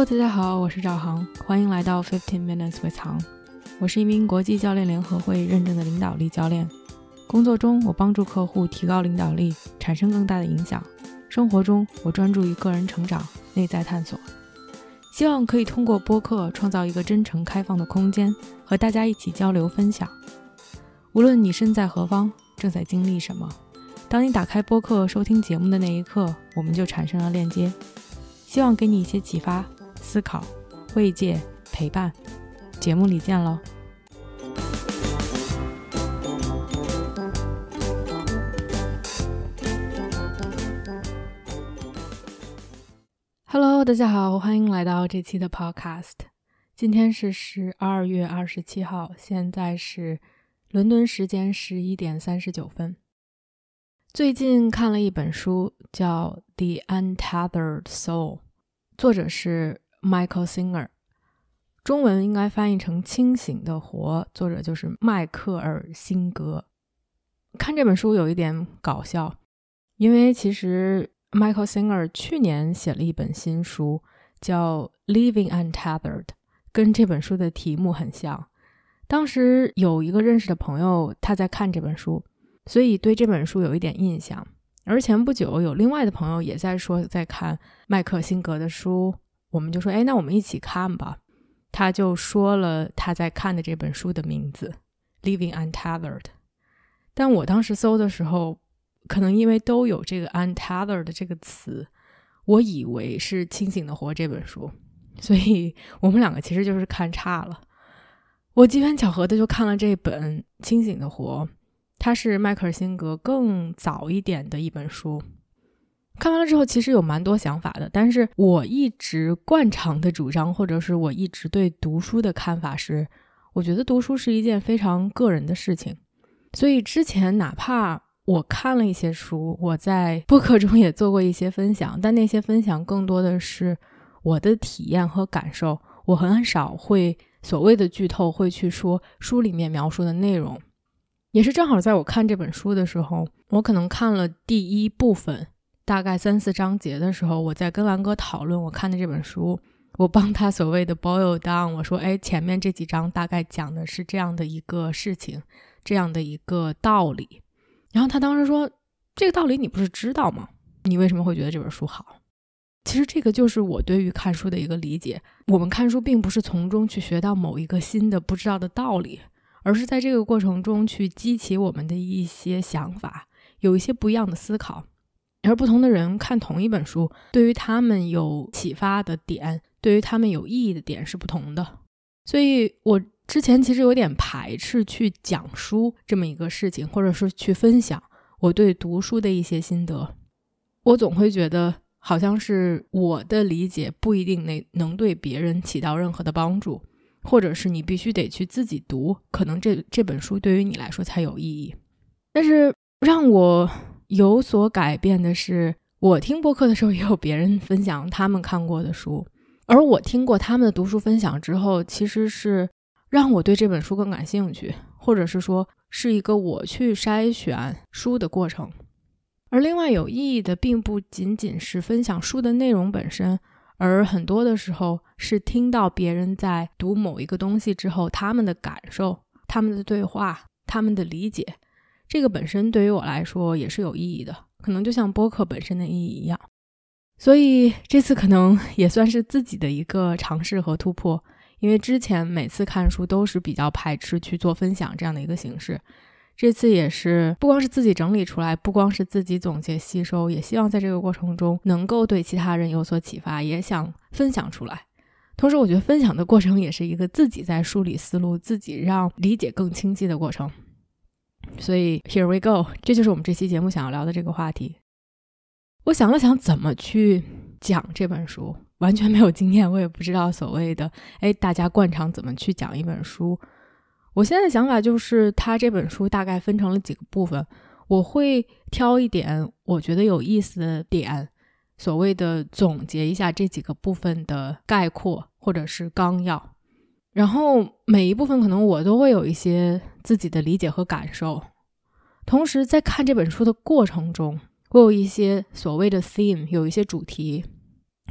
Hello， 大家好，我是赵航，欢迎来到15 Minutes with 航。我是一名国际教练联合会认证的领导力教练。工作中，我帮助客户提高领导力，产生更大的影响。生活中，我专注于个人成长、内在探索。希望可以通过播客创造一个真诚开放的空间，和大家一起交流分享。无论你身在何方，正在经历什么，当你打开播客收听节目的那一刻，我们就产生了链接。希望给你一些启发、思考、慰藉、陪伴。节目里见喽。Hello， 大家好，欢迎来到这期的 Podcast。今天是12月27号，现在是伦敦时间11点39分。最近看了一本书，叫《The Untethered Soul》，作者是 Michael Singer， 中文应该翻译成清醒的活，作者就是迈克尔·辛格。看这本书有一点搞笑，因为其实 Michael Singer 去年写了一本新书叫 Living Untethered， 跟这本书的题目很像。当时有一个认识的朋友他在看这本书，所以对这本书有一点印象。而前不久有另外的朋友也在说在看麦克辛格的书，我们就说那我们一起看吧。他就说了他在看的这本书的名字 Living Untethered， 但我当时搜的时候，可能因为都有这个 Untethered 这个词，我以为是清醒的活这本书，所以我们两个其实就是看差了。我机缘巧合的就看了这本清醒的活，它是迈克尔辛格更早一点的一本书。看完了之后其实有蛮多想法的，但是我一直惯常的主张，或者是我一直对读书的看法是，我觉得读书是一件非常个人的事情。所以之前哪怕我看了一些书，我在播客中也做过一些分享，但那些分享更多的是我的体验和感受，我很少会所谓的剧透，会去说书里面描述的内容。也是正好在我看这本书的时候，我可能看了第一部分大概3-4章节的时候，我在跟兰哥讨论我看的这本书，我帮他所谓的 boil down， 我说前面这几章大概讲的是这样的一个事情，这样的一个道理。然后他当时说，这个道理你不是知道吗？你为什么会觉得这本书好？其实这个就是我对于看书的一个理解，我们看书并不是从中去学到某一个新的不知道的道理，而是在这个过程中去激起我们的一些想法，有一些不一样的思考。而不同的人看同一本书，对于他们有启发的点，对于他们有意义的点是不同的。所以我之前其实有点排斥去讲书这么一个事情，或者是去分享我对读书的一些心得。我总会觉得好像是我的理解不一定能对别人起到任何的帮助，或者是你必须得去自己读，可能这本书对于你来说才有意义。但是让我有所改变的是，我听播客的时候也有别人分享他们看过的书，而我听过他们的读书分享之后，其实是让我对这本书更感兴趣，或者是说是一个我去筛选书的过程。而另外有意义的并不仅仅是分享书的内容本身，而很多的时候是听到别人在读某一个东西之后，他们的感受、他们的对话、他们的理解，这个本身对于我来说也是有意义的，可能就像播客本身的意义一样。所以这次可能也算是自己的一个尝试和突破，因为之前每次看书都是比较排斥去做分享这样的一个形式，这次也是不光是自己整理出来，不光是自己总结吸收，也希望在这个过程中能够对其他人有所启发，也想分享出来。同时我觉得分享的过程也是一个自己在梳理思路，自己让理解更清晰的过程。所以 here we go， 这就是我们这期节目想要聊的这个话题。我想了想怎么去讲这本书，完全没有经验，我也不知道所谓的大家惯常怎么去讲一本书。我现在的想法就是它这本书大概分成了几个部分，我会挑一点我觉得有意思的点，所谓的总结一下这几个部分的概括或者是纲要，然后每一部分可能我都会有一些自己的理解和感受。同时在看这本书的过程中，我有一些所谓的 theme， 有一些主题，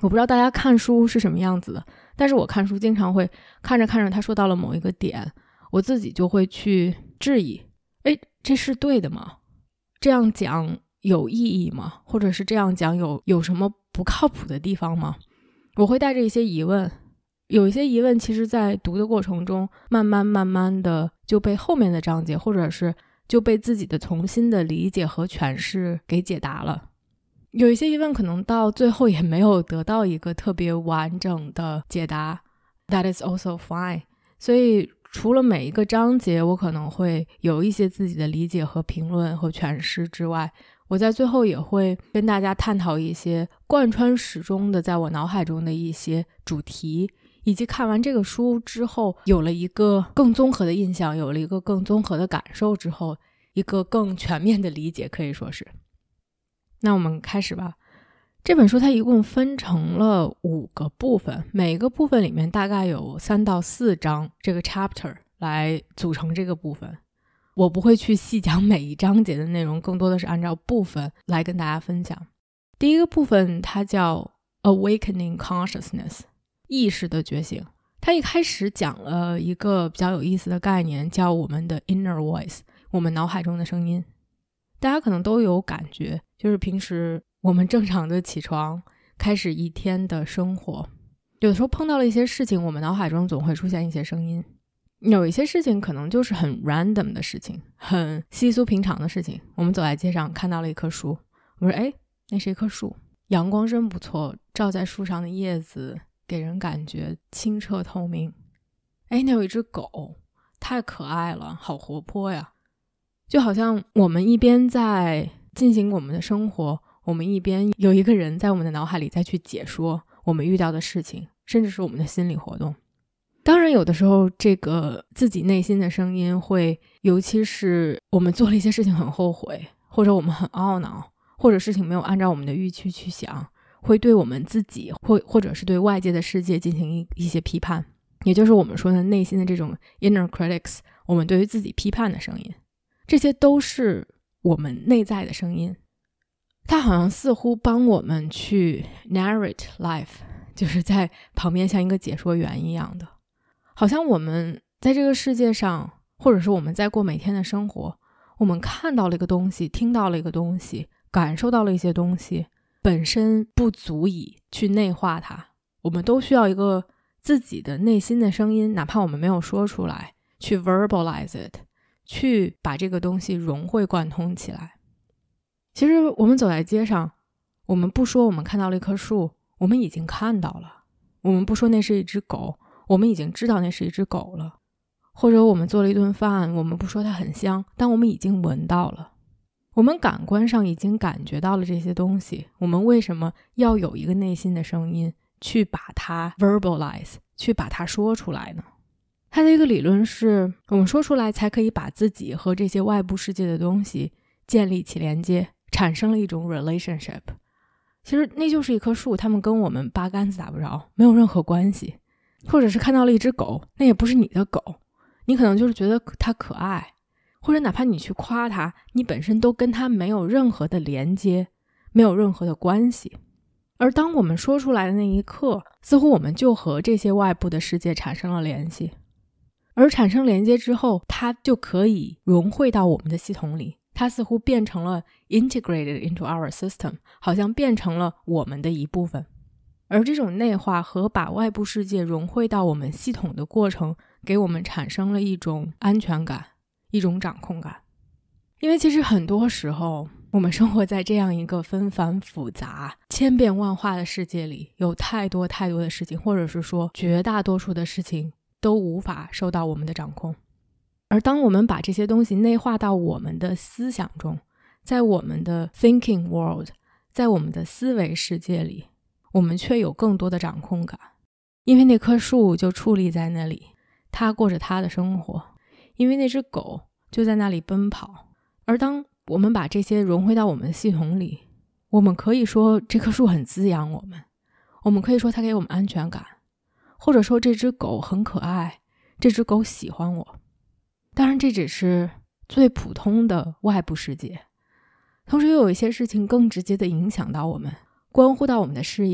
我不知道大家看书是什么样子的，但是我看书经常会看着看着他说到了某一个点，我自己就会去质疑，这是对的吗？这样讲有意义吗？或者是这样讲有什么不靠谱的地方吗？我会带着一些疑问，有一些疑问其实在读的过程中慢慢的就被后面的章节或者是就被自己的重新的理解和诠释给解答了。有一些疑问可能到最后也没有得到一个特别完整的解答， That is also fine。 所以除了每一个章节我可能会有一些自己的理解和评论和诠释之外，我在最后也会跟大家探讨一些贯穿始终的在我脑海中的一些主题，以及看完这个书之后有了一个更综合的印象，有了一个更综合的感受之后，一个更全面的理解可以说是。那我们开始吧。这本书它一共分成了5个部分，每一个部分里面大概有3到4章这个 chapter 来组成这个部分。我不会去细讲每一章节的内容，更多的是按照部分来跟大家分享。第一个部分它叫 Awakening Consciousness， 意识的觉醒。它一开始讲了一个比较有意思的概念，叫我们的 inner voice， 我们脑海中的声音。大家可能都有感觉，就是平时我们正常的起床，开始一天的生活，有的时候碰到了一些事情，我们脑海中总会出现一些声音。有一些事情可能就是很 random 的事情，很稀疏平常的事情。我们走在街上看到了一棵树，我说那是一棵树，阳光真不错，照在树上的叶子给人感觉清澈透明。那有一只狗，太可爱了，好活泼呀。就好像我们一边在进行我们的生活，我们一边有一个人在我们的脑海里再去解说我们遇到的事情，甚至是我们的心理活动。当然有的时候这个自己内心的声音会，尤其是我们做了一些事情很后悔，或者我们很懊恼，或者事情没有按照我们的预期去想，会对我们自己或者是对外界的世界进行一些批判，也就是我们说的内心的这种 inner critics， 我们对于自己批判的声音。这些都是我们内在的声音，它好像似乎帮我们去 narrate life， 就是在旁边像一个解说员一样的，好像我们在这个世界上，或者是我们在过每天的生活，我们看到了一个东西，听到了一个东西，感受到了一些东西，本身不足以去内化它，我们都需要一个自己的内心的声音，哪怕我们没有说出来，去 verbalize it，去把这个东西融会贯通起来。其实我们走在街上，我们不说我们看到了一棵树，我们已经看到了。我们不说那是一只狗，我们已经知道那是一只狗了。或者我们做了一顿饭，我们不说它很香，但我们已经闻到了。我们感官上已经感觉到了这些东西，我们为什么要有一个内心的声音去把它 verbalize， 去把它说出来呢？它的一个理论是，我们说出来才可以把自己和这些外部世界的东西建立起连接，产生了一种 relationship。 其实那就是一棵树，它们跟我们八竿子打不着，没有任何关系。或者是看到了一只狗，那也不是你的狗，你可能就是觉得它可爱，或者哪怕你去夸它，你本身都跟它没有任何的连接，没有任何的关系。而当我们说出来的那一刻，似乎我们就和这些外部的世界产生了联系，而产生连接之后，它就可以融汇到我们的系统里，它似乎变成了 integrated into our system， 好像变成了我们的一部分。而这种内化和把外部世界融汇到我们系统的过程，给我们产生了一种安全感，一种掌控感。因为其实很多时候我们生活在这样一个纷繁复杂、千变万化的世界里，有太多太多的事情，或者是说绝大多数的事情都无法受到我们的掌控。而当我们把这些东西内化到我们的思想中，在我们的 thinking world， 在我们的思维世界里，我们却有更多的掌控感。因为那棵树就矗立在那里，它过着它的生活，因为那只狗就在那里奔跑。而当我们把这些融汇到我们的系统里，我们可以说这棵树很滋养我们，我们可以说它给我们安全感，或者说这只狗很可爱，这只狗喜欢我。当然这只是最普通的外部世界，同时又有一些事情更直接的影响到我们，关乎到我们的事业，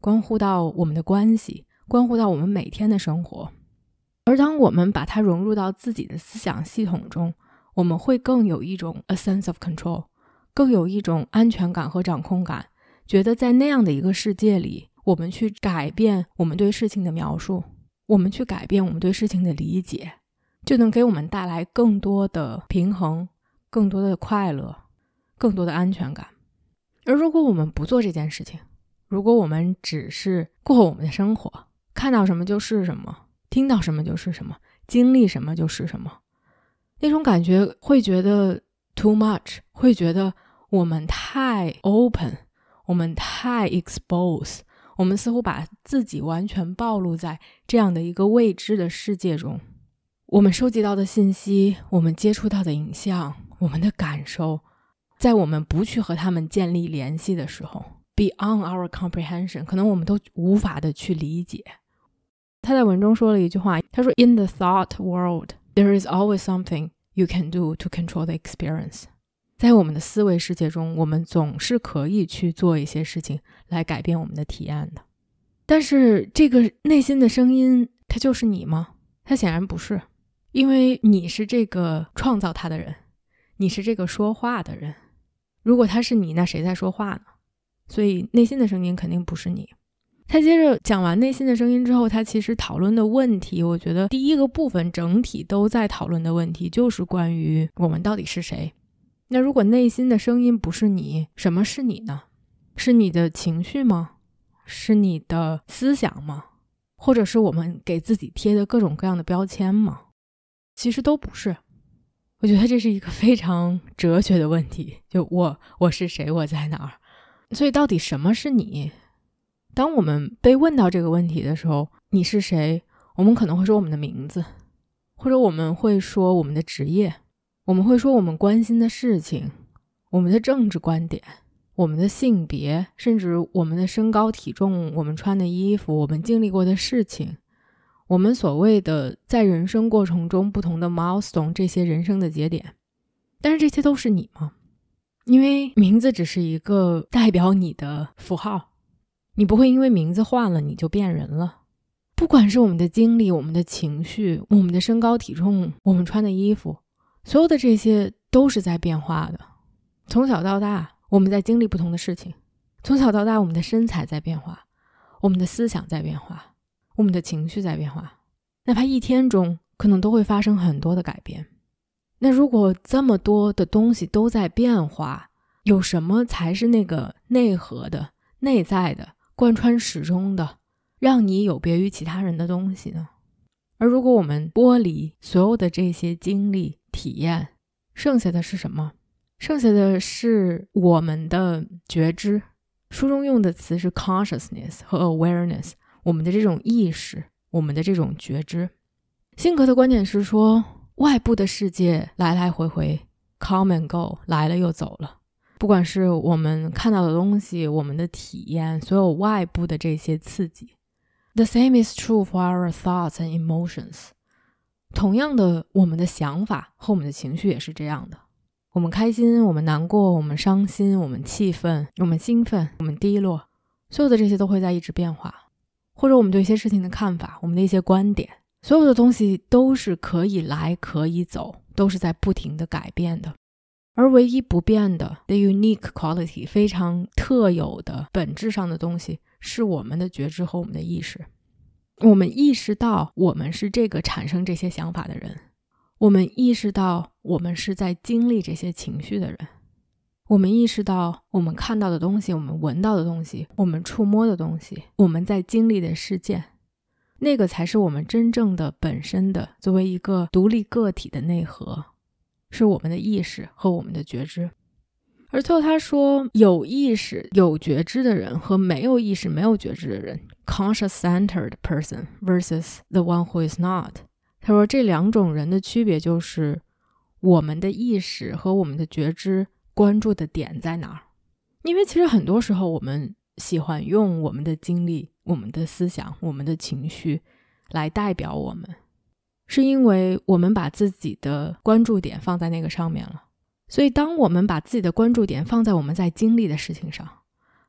关乎到我们的关系，关乎到我们每天的生活。而当我们把它融入到自己的思想系统中，我们会更有一种 a sense of control， 更有一种安全感和掌控感，觉得在那样的一个世界里，我们去改变我们对事情的描述，我们去改变我们对事情的理解，就能给我们带来更多的平衡，更多的快乐，更多的安全感。而如果我们不做这件事情，如果我们只是过我们的生活，看到什么就是什么，听到什么就是什么，经历什么就是什么，那种感觉会觉得 too much， 会觉得我们太 open， 我们太 expose， 我们似乎把自己完全暴露在这样的一个未知的世界中。我们收集到的信息，我们接触到的影像，我们的感受，在我们不去和他们建立联系的时候， beyond our comprehension， 可能我们都无法的去理解。他在文中说了一句话，他说 In the thought world, there is always something you can do to control the experience。 在我们的思维世界中，我们总是可以去做一些事情来改变我们的体验的。但是这个内心的声音，它就是你吗？它显然不是，因为你是这个创造它的人，你是这个说话的人。如果他是你，那谁在说话呢？所以内心的声音肯定不是你。他接着讲完内心的声音之后，他其实讨论的问题，我觉得第一个部分整体都在讨论的问题就是关于我们到底是谁。那如果内心的声音不是你，什么是你呢？是你的情绪吗？是你的思想吗？或者是我们给自己贴的各种各样的标签吗？其实都不是。我觉得这是一个非常哲学的问题，就我是谁，我在哪儿。所以到底什么是你？当我们被问到这个问题的时候，你是谁？我们可能会说我们的名字，或者我们会说我们的职业，我们会说我们关心的事情，我们的政治观点，我们的性别，甚至我们的身高体重，我们穿的衣服，我们经历过的事情，我们所谓的在人生过程中不同的 milestone， 这些人生的节点。但是这些都是你吗？因为名字只是一个代表你的符号，你不会因为名字换了你就变人了。不管是我们的经历，我们的情绪，我们的身高体重，我们穿的衣服，所有的这些都是在变化的。从小到大我们在经历不同的事情，从小到大我们的身材在变化，我们的思想在变化，我们的情绪在变化，哪怕一天中可能都会发生很多的改变。那如果这么多的东西都在变化，有什么才是那个内核的、内在的、贯穿始终的，让你有别于其他人的东西呢？而如果我们剥离所有的这些经历、体验，剩下的是什么？剩下的是我们的觉知。书中用的词是 consciousness 和 awareness， 我们的这种意识，我们的这种觉知。辛格的观点是说，外部的世界来来回回 come and go， 来了又走了，不管是我们看到的东西，我们的体验，所有外部的这些刺激。 The same is true for our thoughts and emotions。 同样的，我们的想法和我们的情绪也是这样的。我们开心，我们难过，我们伤心，我们气愤，我们兴奋，我们低落，所有的这些都会在一直变化。或者我们对一些事情的看法，我们的一些观点，所有的东西都是可以来可以走，都是在不停的改变的。而唯一不变的 the unique quality， 非常特有的本质上的东西，是我们的觉知和我们的意识。我们意识到我们是这个产生这些想法的人，我们意识到我们是在经历这些情绪的人，我们意识到我们看到的东西，我们闻到的东西，我们触摸的东西，我们在经历的事件，那个才是我们真正的本身的作为一个独立个体的内核，是我们的意识和我们的觉知。而最后他说，有意识有觉知的人和没有意识没有觉知的人 conscious-centered person versus the one who is not。 他说这两种人的区别就是我们的意识和我们的觉知关注的点在哪儿。因为其实很多时候我们喜欢用我们的经历、我们的思想、我们的情绪来代表我们，是因为我们把自己的关注点放在那个上面了。所以当我们把自己的关注点放在我们在经历的事情上，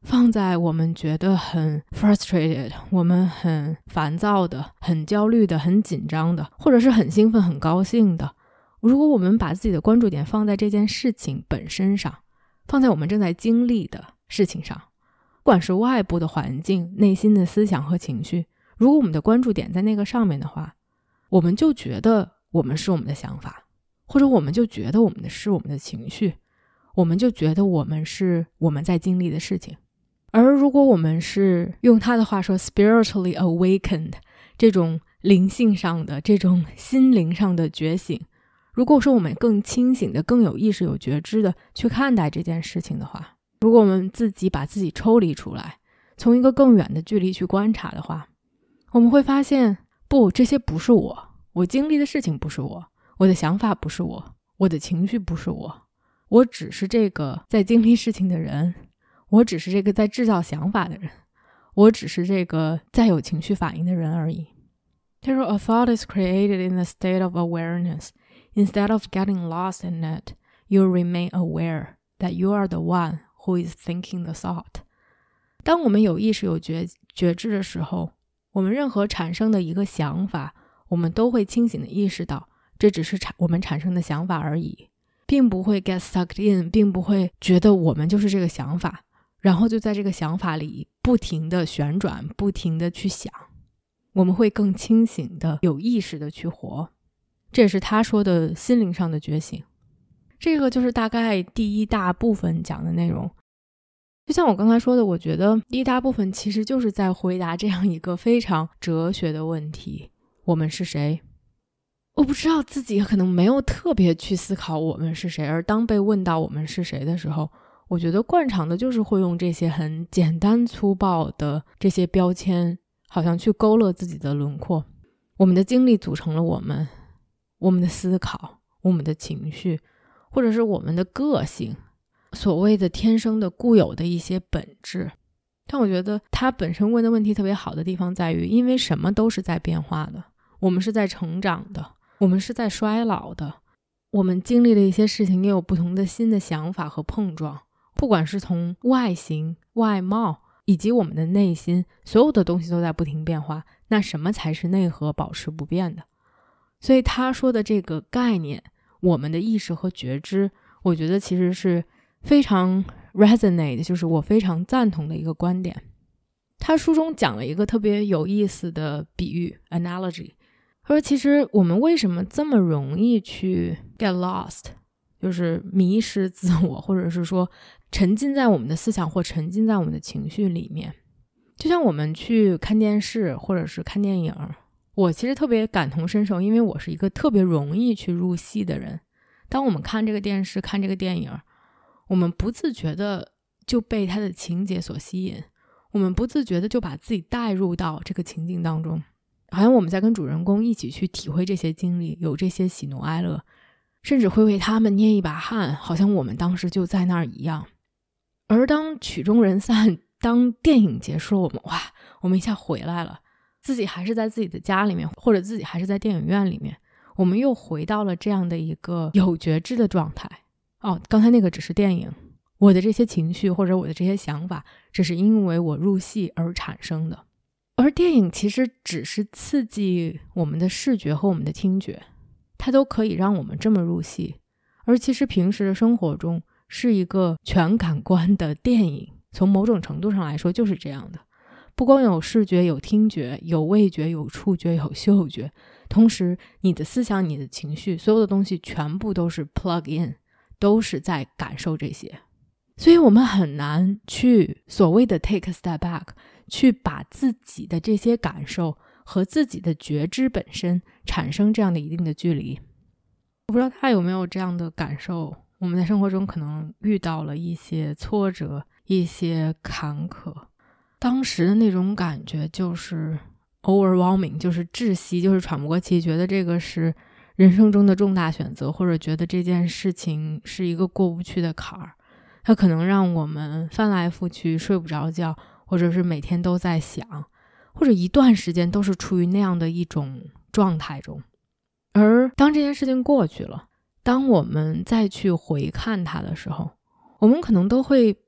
放在我们觉得很 frustrated， 我们很烦躁的，很焦虑的，很紧张的，或者是很兴奋很高兴的，如果我们把自己的关注点放在这件事情本身上，放在我们正在经历的事情上，不管是外部的环境，内心的思想和情绪，如果我们的关注点在那个上面的话，我们就觉得我们是我们的想法，或者我们就觉得我们是我们的情绪，我们就觉得我们是我们在经历的事情。而如果我们是用他的话说 spiritually awakened， 这种灵性上的，这种心灵上的觉醒，如果说我们更清醒的，更有意识有觉知的去看待这件事情的话，如果我们自己把自己抽离出来，从一个更远的距离去观察的话，我们会发现，不，这些不是我经历的事情不是我的想法不是我的情绪不是我只是这个在经历事情的人，我只是这个在制造想法的人，我只是这个在有情绪反应的人而已。他说 A thought is created in a state of awareness. Instead of getting lost in it, you remain aware that you are the one who is thinking the thought. 当我们有意识有觉知的时候，我们任何产生的一个想法，我们都会清醒地意识到这只是我们产生的想法而已，并不会 get sucked in， 并不会觉得我们就是这个想法，然后就在这个想法里不停地旋转，不停地去想。我们会更清醒的有意识的去活，这也是他说的心灵上的觉醒。这个就是大概第一大部分讲的内容。就像我刚才说的，我觉得第一大部分其实就是在回答这样一个非常哲学的问题，我们是谁？我不知道自己可能没有特别去思考我们是谁，而当被问到我们是谁的时候，我觉得惯常的就是会用这些很简单粗暴的这些标签，好像去勾勒自己的轮廓。我们的经历组成了我们的思考，我们的情绪，或者是我们的个性，所谓的天生的固有的一些本质。但我觉得他本身问的问题特别好的地方在于，因为什么都是在变化的，我们是在成长的，我们是在衰老的，我们经历了一些事情，也有不同的新的想法和碰撞，不管是从外形、外貌以及我们的内心，所有的东西都在不停变化，那什么才是内核保持不变的？所以他说的这个概念，我们的意识和觉知，我觉得其实是非常 resonate， 就是我非常赞同的一个观点。他书中讲了一个特别有意思的比喻 analogy， 他说其实我们为什么这么容易去 get lost， 就是迷失自我，或者是说沉浸在我们的思想或沉浸在我们的情绪里面。就像我们去看电视或者是看电影，我其实特别感同身受，因为我是一个特别容易去入戏的人。当我们看这个电视看这个电影，我们不自觉的就被它的情节所吸引，我们不自觉的就把自己带入到这个情境当中，好像我们在跟主人公一起去体会这些经历，有这些喜怒哀乐，甚至会为他们捏一把汗，好像我们当时就在那儿一样。而当曲终人散，当电影结束，我们一下回来了，自己还是在自己的家里面，或者自己还是在电影院里面，我们又回到了这样的一个有觉知的状态。刚才那个只是电影，我的这些情绪或者我的这些想法，只是因为我入戏而产生的。而电影其实只是刺激我们的视觉和我们的听觉，它都可以让我们这么入戏。而其实平时的生活中是一个全感官的电影，从某种程度上来说就是这样的。不光有视觉，有听觉，有味觉，有触觉，有嗅觉，同时你的思想，你的情绪，所有的东西全部都是 plug in， 都是在感受这些。所以我们很难去所谓的 take a step back， 去把自己的这些感受和自己的觉知本身产生这样的一定的距离。我不知道大家有没有这样的感受，我们在生活中可能遇到了一些挫折，一些坎坷，当时的那种感觉就是 overwhelming， 就是窒息，就是喘不过气，觉得这个是人生中的重大选择，或者觉得这件事情是一个过不去的坎儿，它可能让我们翻来覆去睡不着觉，或者是每天都在想，或者一段时间都是处于那样的一种状态中。而当这件事情过去了，当我们再去回看它的时候，我们可能都会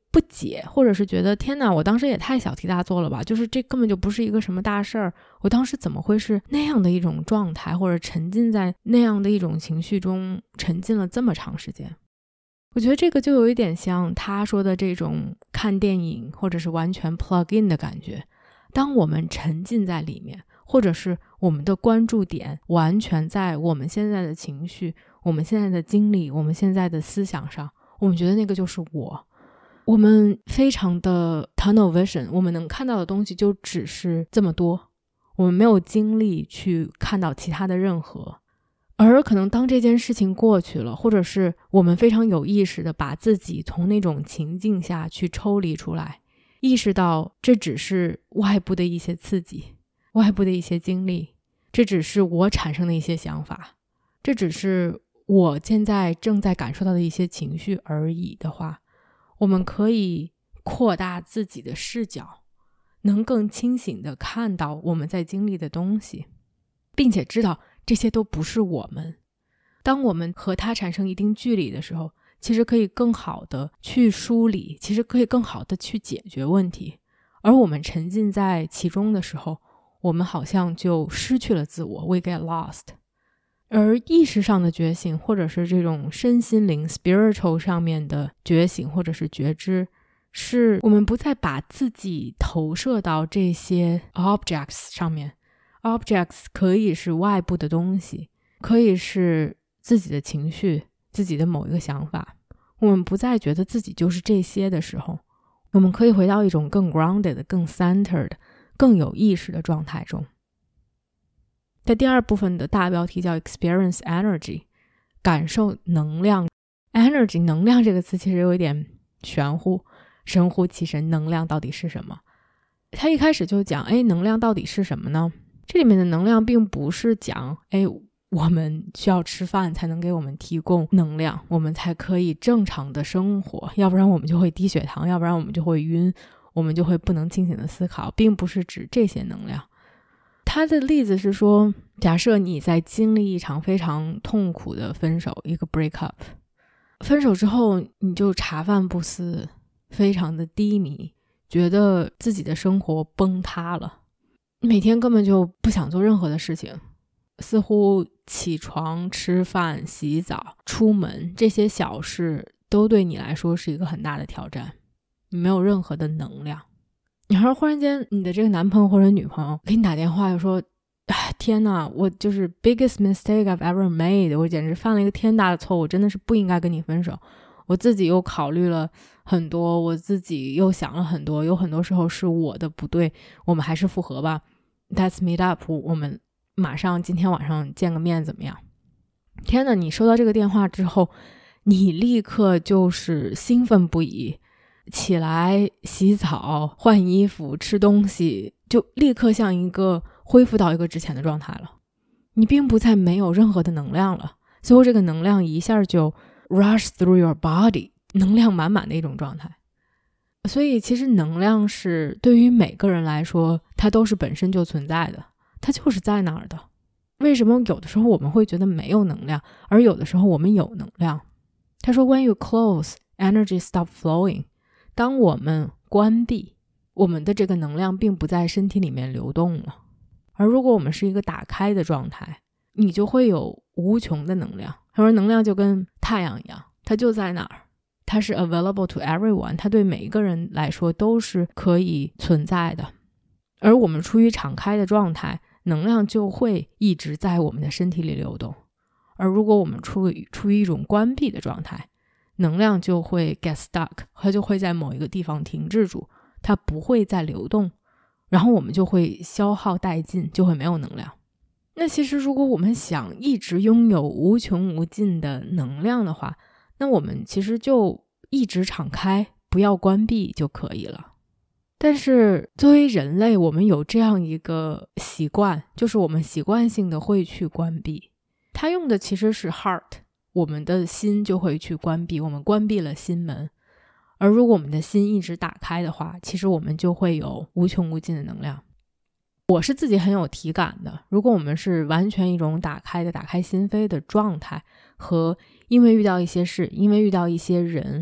不解，或者是觉得天哪，我当时也太小题大做了吧，就是这根本就不是一个什么大事儿，我当时怎么会是那样的一种状态，或者沉浸在那样的一种情绪中沉浸了这么长时间。我觉得这个就有一点像他说的这种看电影或者是完全 plug in 的感觉，当我们沉浸在里面，或者是我们的关注点完全在我们现在的情绪，我们现在的经历，我们现在的思想上，我们觉得那个就是我们非常的 tunnel vision， 我们能看到的东西就只是这么多，我们没有精力去看到其他的任何。而可能当这件事情过去了，或者是我们非常有意识的把自己从那种情境下去抽离出来，意识到这只是外部的一些刺激，外部的一些经历，这只是我产生的一些想法，这只是我现在正在感受到的一些情绪而已的话，我们可以扩大自己的视角，能更清醒地看到我们在经历的东西，并且知道这些都不是我们。当我们和它产生一定距离的时候，其实可以更好的去梳理，其实可以更好的去解决问题。而我们沉浸在其中的时候，我们好像就失去了自我， we get lost。 而意识上的觉醒，或者是这种身心灵 spiritual 上面的觉醒或者是觉知，是我们不再把自己投射到这些 objects 上面。 objects 可以是外部的东西，可以是自己的情绪，自己的某一个想法。我们不再觉得自己就是这些的时候，我们可以回到一种更 grounded、更 centered、更有意识的状态中。在第二部分的大标题叫 experience energy， 感受能量。 energy 能量这个词其实有一点玄乎，神乎其神，能量到底是什么？他一开始就讲能量到底是什么呢？这里面的能量并不是讲我们需要吃饭才能给我们提供能量，我们才可以正常的生活，要不然我们就会低血糖，要不然我们就会晕，我们就会不能清醒的思考，并不是指这些能量。他的例子是说，假设你在经历一场非常痛苦的分手，一个 break up， 分手之后你就茶饭不思，非常的低迷，觉得自己的生活崩塌了，每天根本就不想做任何的事情，似乎起床、吃饭、洗澡、出门这些小事都对你来说是一个很大的挑战，你没有任何的能量。然后忽然间你的这个男朋友或者女朋友给你打电话，就说天哪，我就是 biggest mistake I've ever made， 我简直犯了一个天大的错误，真的是不应该跟你分手，我自己又考虑了很多，我自己又想了很多，有很多时候是我的不对，我们还是复合吧， Let's meet up， 我们马上今天晚上见个面怎么样？天哪，你收到这个电话之后，你立刻就是兴奋不已，起来洗澡、换衣服、吃东西，就立刻像一个恢复到一个之前的状态了。你并不再没有任何的能量了，最后这个能量一下就 rush through your body， 能量满满的一种状态。所以其实能量是对于每个人来说，它都是本身就存在的，它就是在那儿的。为什么有的时候我们会觉得没有能量，而有的时候我们有能量？他说 When you close, energy stop flowing。 当我们关闭，我们的这个能量并不在身体里面流动了。而如果我们是一个打开的状态，你就会有无穷的能量。他说能量就跟太阳一样，它就在那儿，它是 available to everyone， 它对每一个人来说都是可以存在的。而我们处于敞开的状态，能量就会一直在我们的身体里流动。而如果我们处于一种关闭的状态，能量就会 get stuck， 它就会在某一个地方停滞住，它不会再流动，然后我们就会消耗殆尽，就会没有能量。那其实如果我们想一直拥有无穷无尽的能量的话，那我们其实就一直敞开，不要关闭就可以了。但是作为人类，我们有这样一个习惯，就是我们习惯性的会去关闭。它用的其实是 heart， 我们的心就会去关闭，我们关闭了心门。而如果我们的心一直打开的话，其实我们就会有无穷无尽的能量。我是自己很有体感的，如果我们是完全一种打开心扉的状态，和因为遇到一些事，因为遇到一些人，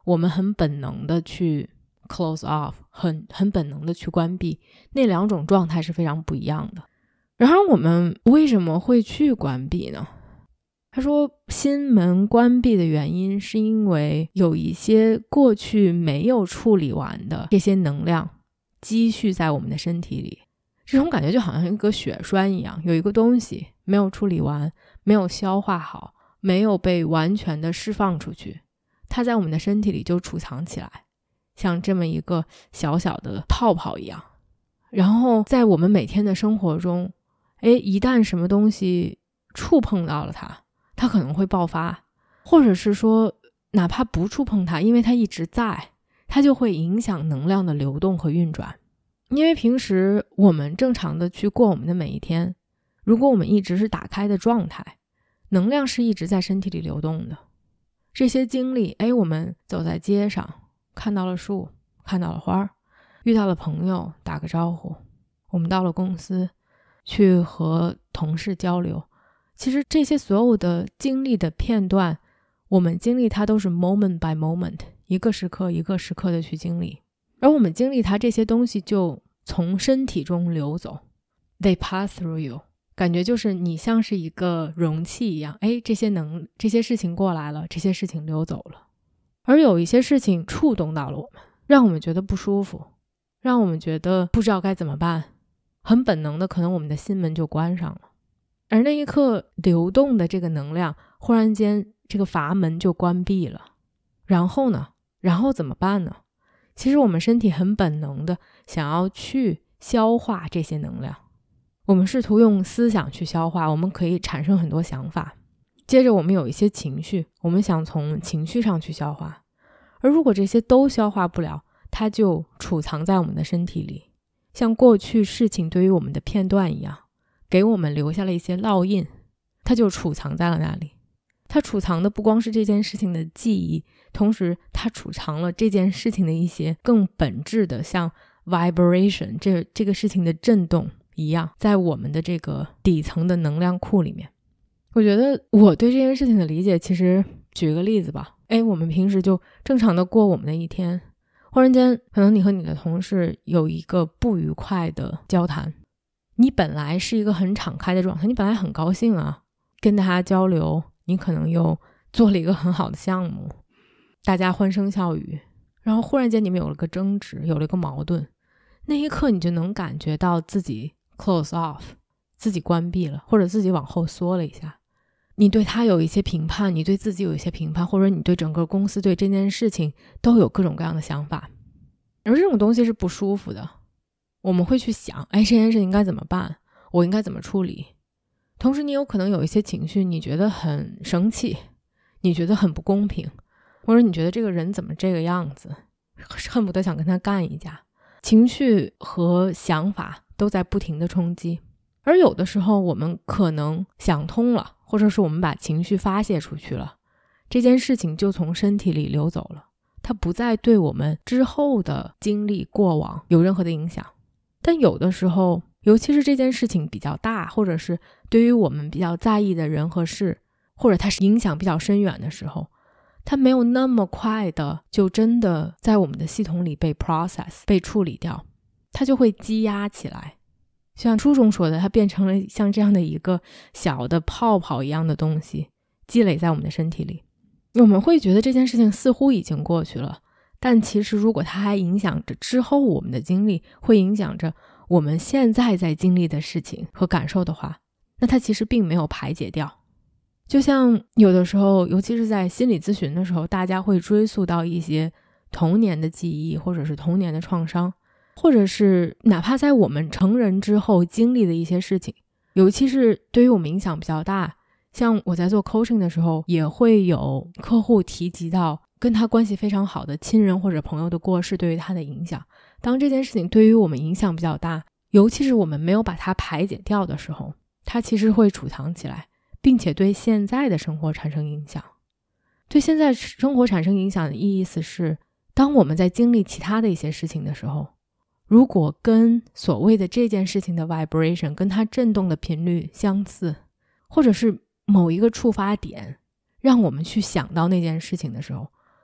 我们很本能的去 close off， 很本能的去关闭，那两种状态是非常不一样的。然而我们为什么会去关闭呢？他说心门关闭的原因是因为有一些过去没有处理完的这些能量积蓄在我们的身体里，这种感觉就好像一个血栓一样，有一个东西没有处理完，没有消化好，没有被完全的释放出去，它在我们的身体里就储藏起来，像这么一个小小的泡泡一样。然后在我们每天的生活中，一旦什么东西触碰到了它可能会爆发，或者是说哪怕不触碰它，因为它一直在，它就会影响能量的流动和运转。因为平时我们正常的去过我们的每一天，如果我们一直是打开的状态，能量是一直在身体里流动的。这些经历，我们走在街上，看到了树，看到了花，遇到了朋友，打个招呼，我们到了公司去和同事交流，其实这些所有的经历的片段，我们经历它都是 moment by moment， 一个时刻一个时刻的去经历，而我们经历它，这些东西就从身体中流走， they pass through you， 感觉就是你像是一个容器一样，这些事情过来了，这些事情流走了。而有一些事情触动到了我们，让我们觉得不舒服，让我们觉得不知道该怎么办，很本能的可能我们的心门就关上了。而那一刻流动的这个能量，忽然间这个阀门就关闭了。然后呢？然后怎么办呢？其实我们身体很本能的想要去消化这些能量，我们试图用思想去消化，我们可以产生很多想法，接着我们有一些情绪，我们想从情绪上去消化，而如果这些都消化不了，它就储藏在我们的身体里，像过去事情对于我们的片段一样，给我们留下了一些烙印，它就储藏在了那里。它储藏的不光是这件事情的记忆，同时它储藏了这件事情的一些更本质的，像 vibration 这个事情的震动一样，在我们的这个底层的能量库里面。我觉得我对这件事情的理解，其实举个例子吧，我们平时就正常的过我们的一天，忽然间可能你和你的同事有一个不愉快的交谈，你本来是一个很敞开的状态，你本来很高兴啊，跟大家交流，你可能又做了一个很好的项目，大家欢声笑语，然后忽然间你们有了个争执，有了一个矛盾，那一刻你就能感觉到自己 close off， 自己关闭了，或者自己往后缩了一下，你对他有一些评判，你对自己有一些评判，或者你对整个公司对这件事情都有各种各样的想法，而这种东西是不舒服的。我们会去想，这件事情应该怎么办，我应该怎么处理。同时你有可能有一些情绪，你觉得很生气，你觉得很不公平，或者你觉得这个人怎么这个样子，恨不得想跟他干一架。情绪和想法都在不停的冲击，而有的时候我们可能想通了，或者是我们把情绪发泄出去了，这件事情就从身体里流走了，它不再对我们之后的经历过往有任何的影响。但有的时候，尤其是这件事情比较大，或者是对于我们比较在意的人和事，或者它是影响比较深远的时候，它没有那么快的就真的在我们的系统里被 process 被处理掉，它就会积压起来，像书中说的，它变成了像这样的一个小的泡泡一样的东西积累在我们的身体里。我们会觉得这件事情似乎已经过去了，但其实如果它还影响着之后我们的经历，会影响着我们现在在经历的事情和感受的话，那它其实并没有排解掉。就像有的时候，尤其是在心理咨询的时候，大家会追溯到一些童年的记忆，或者是童年的创伤，或者是哪怕在我们成人之后经历的一些事情，尤其是对于我们影响比较大。像我在做 coaching 的时候，也会有客户提及到跟他关系非常好的亲人或者朋友的过世对于他的影响。当这件事情对于我们影响比较大，尤其是我们没有把它排解掉的时候，它其实会储藏起来，并且对现在的生活产生影响。对现在生活产生影响的意思是，当我们在经历其他的一些事情的时候，如果跟所谓的这件事情的 vibration 跟它震动的频率相似，或者是某一个触发点让我们去想到那件事情的时候，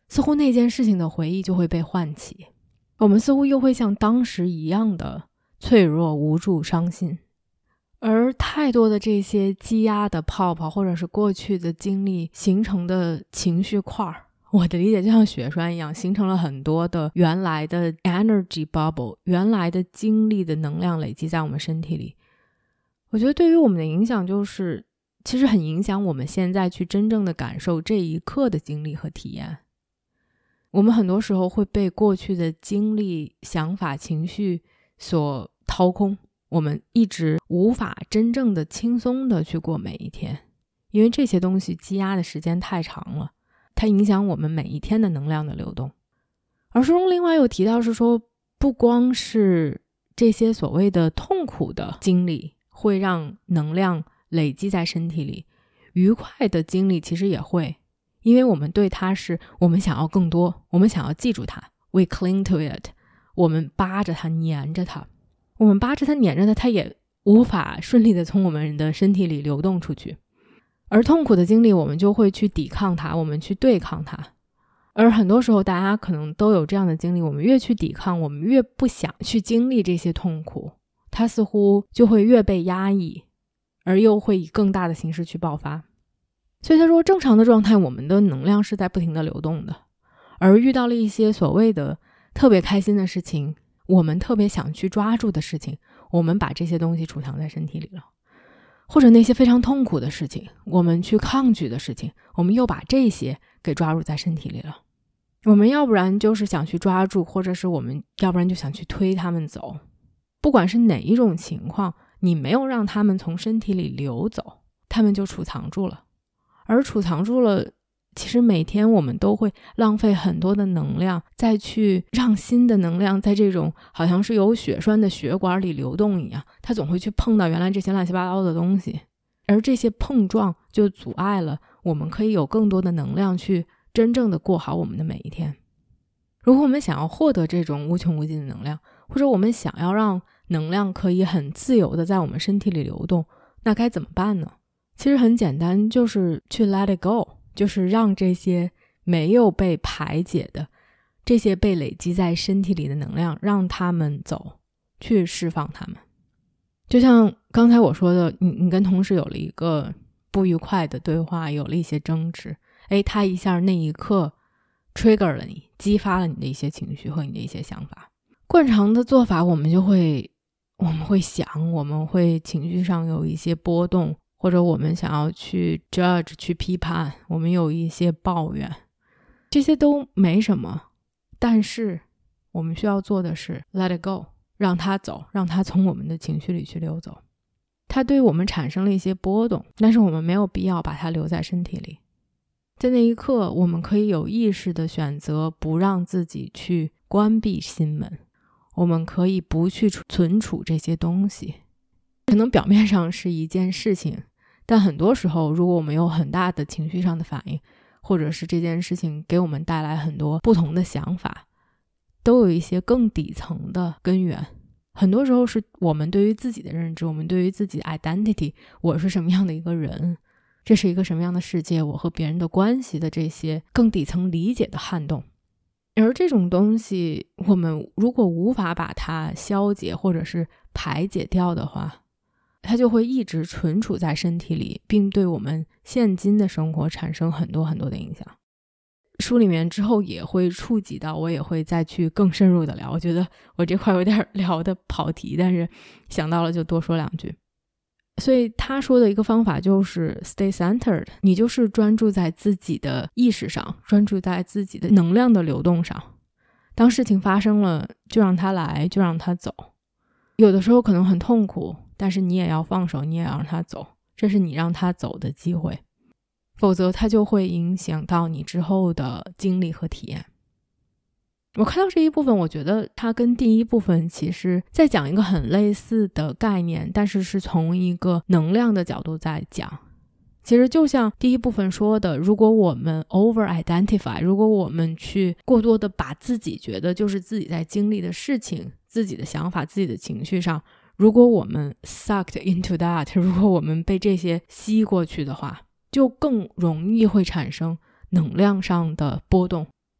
似乎那件事情的回忆就会被唤起，我们似乎又会像当时一样的脆弱、无助、伤心。而太多的这些积压的泡泡或者是过去的经历形成的情绪块，我的理解就像血栓一样，形成了很多的原来的 energy bubble， 原来的经历的能量累积在我们身体里。我觉得对于我们的影响就是其实很影响我们现在去真正的感受这一刻的经历和体验。我们很多时候会被过去的经历、想法、情绪所掏空，我们一直无法真正的轻松的去过每一天，因为这些东西积压的时间太长了，它影响我们每一天的能量的流动。而书中另外有提到是说，不光是这些所谓的痛苦的经历会让能量累积在身体里，愉快的经历其实也会，因为我们对它是我们想要更多，我们想要记住它， we cling to it， 我们扒着它，黏着它，我们扒着它黏着它，它也无法顺利的从我们的身体里流动出去。而痛苦的经历我们就会去抵抗它，我们去对抗它。而很多时候大家可能都有这样的经历，我们越去抵抗，我们越不想去经历这些痛苦，它似乎就会越被压抑，而又会以更大的形式去爆发。所以他说，正常的状态我们的能量是在不停的流动的，而遇到了一些所谓的特别开心的事情，我们特别想去抓住的事情，我们把这些东西储藏在身体里了。或者那些非常痛苦的事情，我们去抗拒的事情，我们又把这些给抓入在身体里了。我们要不然就是想去抓住，或者是我们要不然就想去推他们走。不管是哪一种情况，你没有让他们从身体里流走，他们就储藏住了。而储藏住了，其实每天我们都会浪费很多的能量，再去让新的能量在这种好像是有血栓的血管里流动一样，它总会去碰到原来这些乱七八糟的东西，而这些碰撞就阻碍了我们可以有更多的能量去真正的过好我们的每一天。如果我们想要获得这种无穷无尽的能量，或者我们想要让能量可以很自由的在我们身体里流动，那该怎么办呢？其实很简单，就是去 let it go， 就是让这些没有被排解的，这些被累积在身体里的能量，让他们走，去释放他们。就像刚才我说的，你跟同事有了一个不愉快的对话，有了一些争执，他一下那一刻 trigger 了你，激发了你的一些情绪和你的一些想法。惯常的做法我们会想，我们会情绪上有一些波动，或者我们想要去 judge 去批判，我们有一些抱怨，这些都没什么。但是我们需要做的是 let it go， 让它走，让它从我们的情绪里去溜走。它对我们产生了一些波动，但是我们没有必要把它留在身体里。在那一刻，我们可以有意识的选择不让自己去关闭心门，我们可以不去存储这些东西。可能表面上是一件事情，但很多时候如果我们有很大的情绪上的反应，或者是这件事情给我们带来很多不同的想法，都有一些更底层的根源。很多时候是我们对于自己的认知，我们对于自己的 identity， 我是什么样的一个人，这是一个什么样的世界，我和别人的关系的这些更底层理解的撼动。而这种东西我们如果无法把它消解或者是排解掉的话，它就会一直存储在身体里，并对我们现今的生活产生很多很多的影响。书里面之后也会触及到，我也会再去更深入的聊。我觉得我这块有点聊的跑题，但是想到了就多说两句。所以他说的一个方法就是 stay centered， 你就是专注在自己的意识上，专注在自己的能量的流动上。当事情发生了，就让它来，就让它走。有的时候可能很痛苦，但是你也要放手，你也要让它走，这是你让它走的机会，否则它就会影响到你之后的经历和体验。我看到这一部分，我觉得它跟第一部分其实在讲一个很类似的概念，但是是从一个能量的角度在讲。其实就像第一部分说的，如果我们 over identify， 如果我们去过多的把自己觉得就是自己在经历的事情，自己的想法，自己的情绪上，如果我们 sucked into that， 如果我们被这些吸过去的话，就更容易会产生能量上的波动，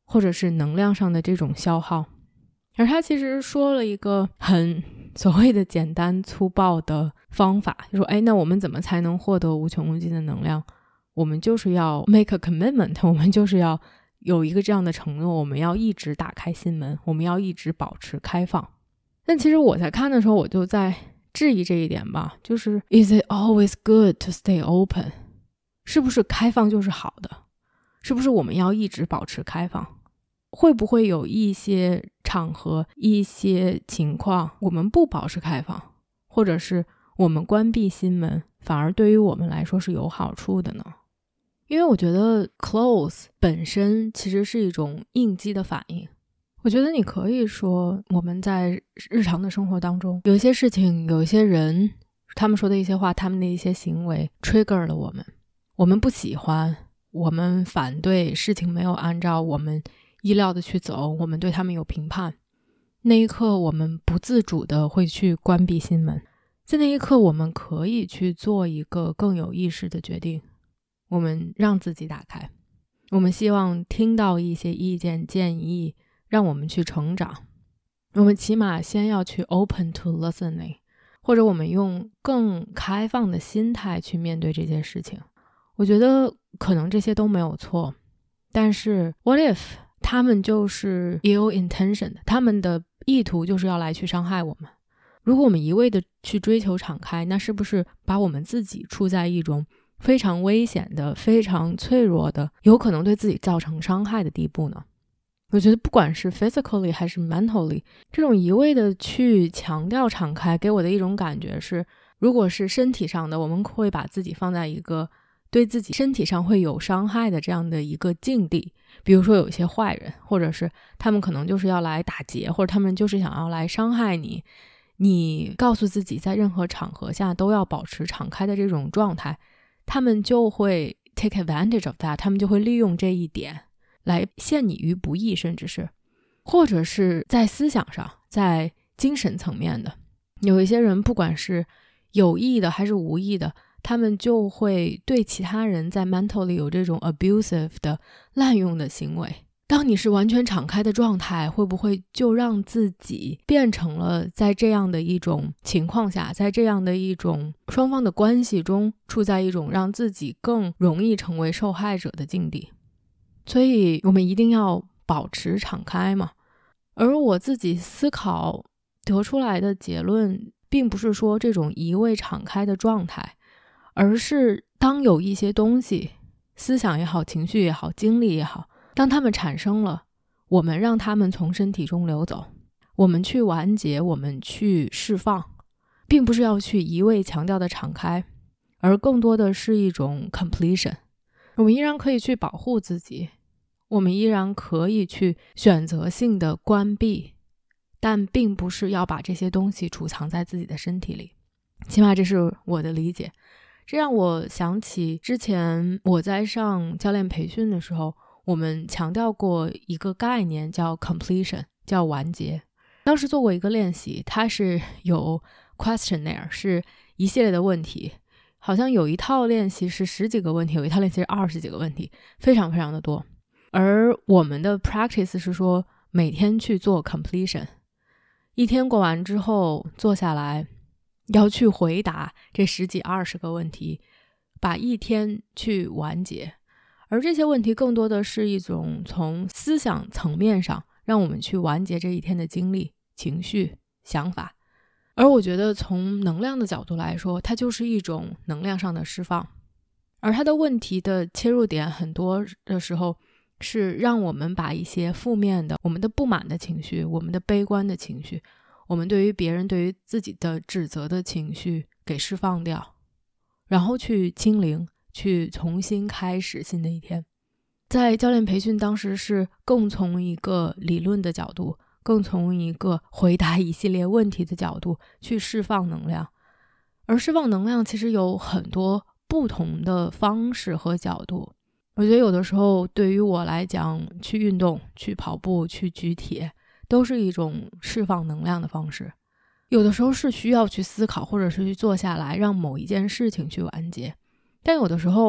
或者是能量上的这种消耗。而他其实说了一个很所谓的简单粗暴的方法，就说那我们怎么才能获得无穷无尽的能量？我们就是要 make a commitment， 我们就是要有一个这样的承诺，我们要一直打开心门，我们要一直保持开放。但其实我在看的时候，我就在质疑这一点吧，就是 Is it always good to stay open？ 是不是开放就是好的？是不是我们要一直保持开放？会不会有一些场合、一些情况我们不保持开放，或者是我们关闭心门，反而对于我们来说是有好处的呢？因为我觉得 close 本身其实是一种应激的反应。我觉得你可以说我们在日常的生活当中有一些事情，有一些人，他们说的一些话，他们的一些行为 trigger 了我们，我们不喜欢，我们反对，事情没有按照我们意料的去走，我们对他们有评判。那一刻我们不自主的会去关闭心门，在那一刻我们可以去做一个更有意识的决定，我们让自己打开，我们希望听到一些意见建议，让我们去成长。我们起码先要去 open to listening， 或者我们用更开放的心态去面对这件事情。我觉得可能这些都没有错，但是 what if 他们就是 ill intention， 他们的意图就是要来去伤害我们。如果我们一味的去追求敞开，那是不是把我们自己处在一种非常危险的、非常脆弱的，有可能对自己造成伤害的地步呢？我觉得不管是 physically 还是 mentally， 这种一味的去强调敞开，给我的一种感觉是，如果是身体上的，我们会把自己放在一个对自己身体上会有伤害的这样的一个境地。比如说有一些坏人，或者是他们可能就是要来打劫，或者他们就是想要来伤害你，你告诉自己在任何场合下都要保持敞开的这种状态，他们就会 take advantage of that， 他们就会利用这一点来陷你于不义，甚至是或者是在思想上，在精神层面的，有一些人不管是有意的还是无意的，他们就会对其他人在 mentally 有这种 abusive 的滥用的行为。当你是完全敞开的状态，会不会就让自己变成了在这样的一种情况下，在这样的一种双方的关系中，处在一种让自己更容易成为受害者的境地？所以我们一定要保持敞开嘛。而我自己思考得出来的结论，并不是说这种一味敞开的状态，而是当有一些东西，思想也好，情绪也好，经历也好，当它们产生了，我们让它们从身体中流走，我们去完结，我们去释放，并不是要去一味强调的敞开，而更多的是一种 completion。 我们依然可以去保护自己，我们依然可以去选择性的关闭，但并不是要把这些东西储藏在自己的身体里，起码这是我的理解。这让我想起之前我在上教练培训的时候，我们强调过一个概念叫 completion， 叫完结。当时做过一个练习，它是有 questionnaire， 是一系列的问题，好像有一套练习是10几个问题，有一套练习是20几个问题，非常非常的多。而我们的 practice 是说每天去做 completion， 一天过完之后坐下来要去回答这10几20个问题，把一天去完结。而这些问题更多的是一种从思想层面上让我们去完结这一天的经历、情绪、想法。而我觉得从能量的角度来说，它就是一种能量上的释放。而它的问题的切入点很多的时候是让我们把一些负面的、我们的不满的情绪、我们的悲观的情绪、我们对于别人、对于自己的指责的情绪给释放掉，然后去清零，去重新开始新的一天。在教练培训当时是更从一个理论的角度，更从一个回答一系列问题的角度去释放能量。而释放能量其实有很多不同的方式和角度。我觉得有的时候对于我来讲，去运动、去跑步、去举铁都是一种释放能量的方式。有的时候是需要去思考，或者是去坐下来让某一件事情去完结，但有的时候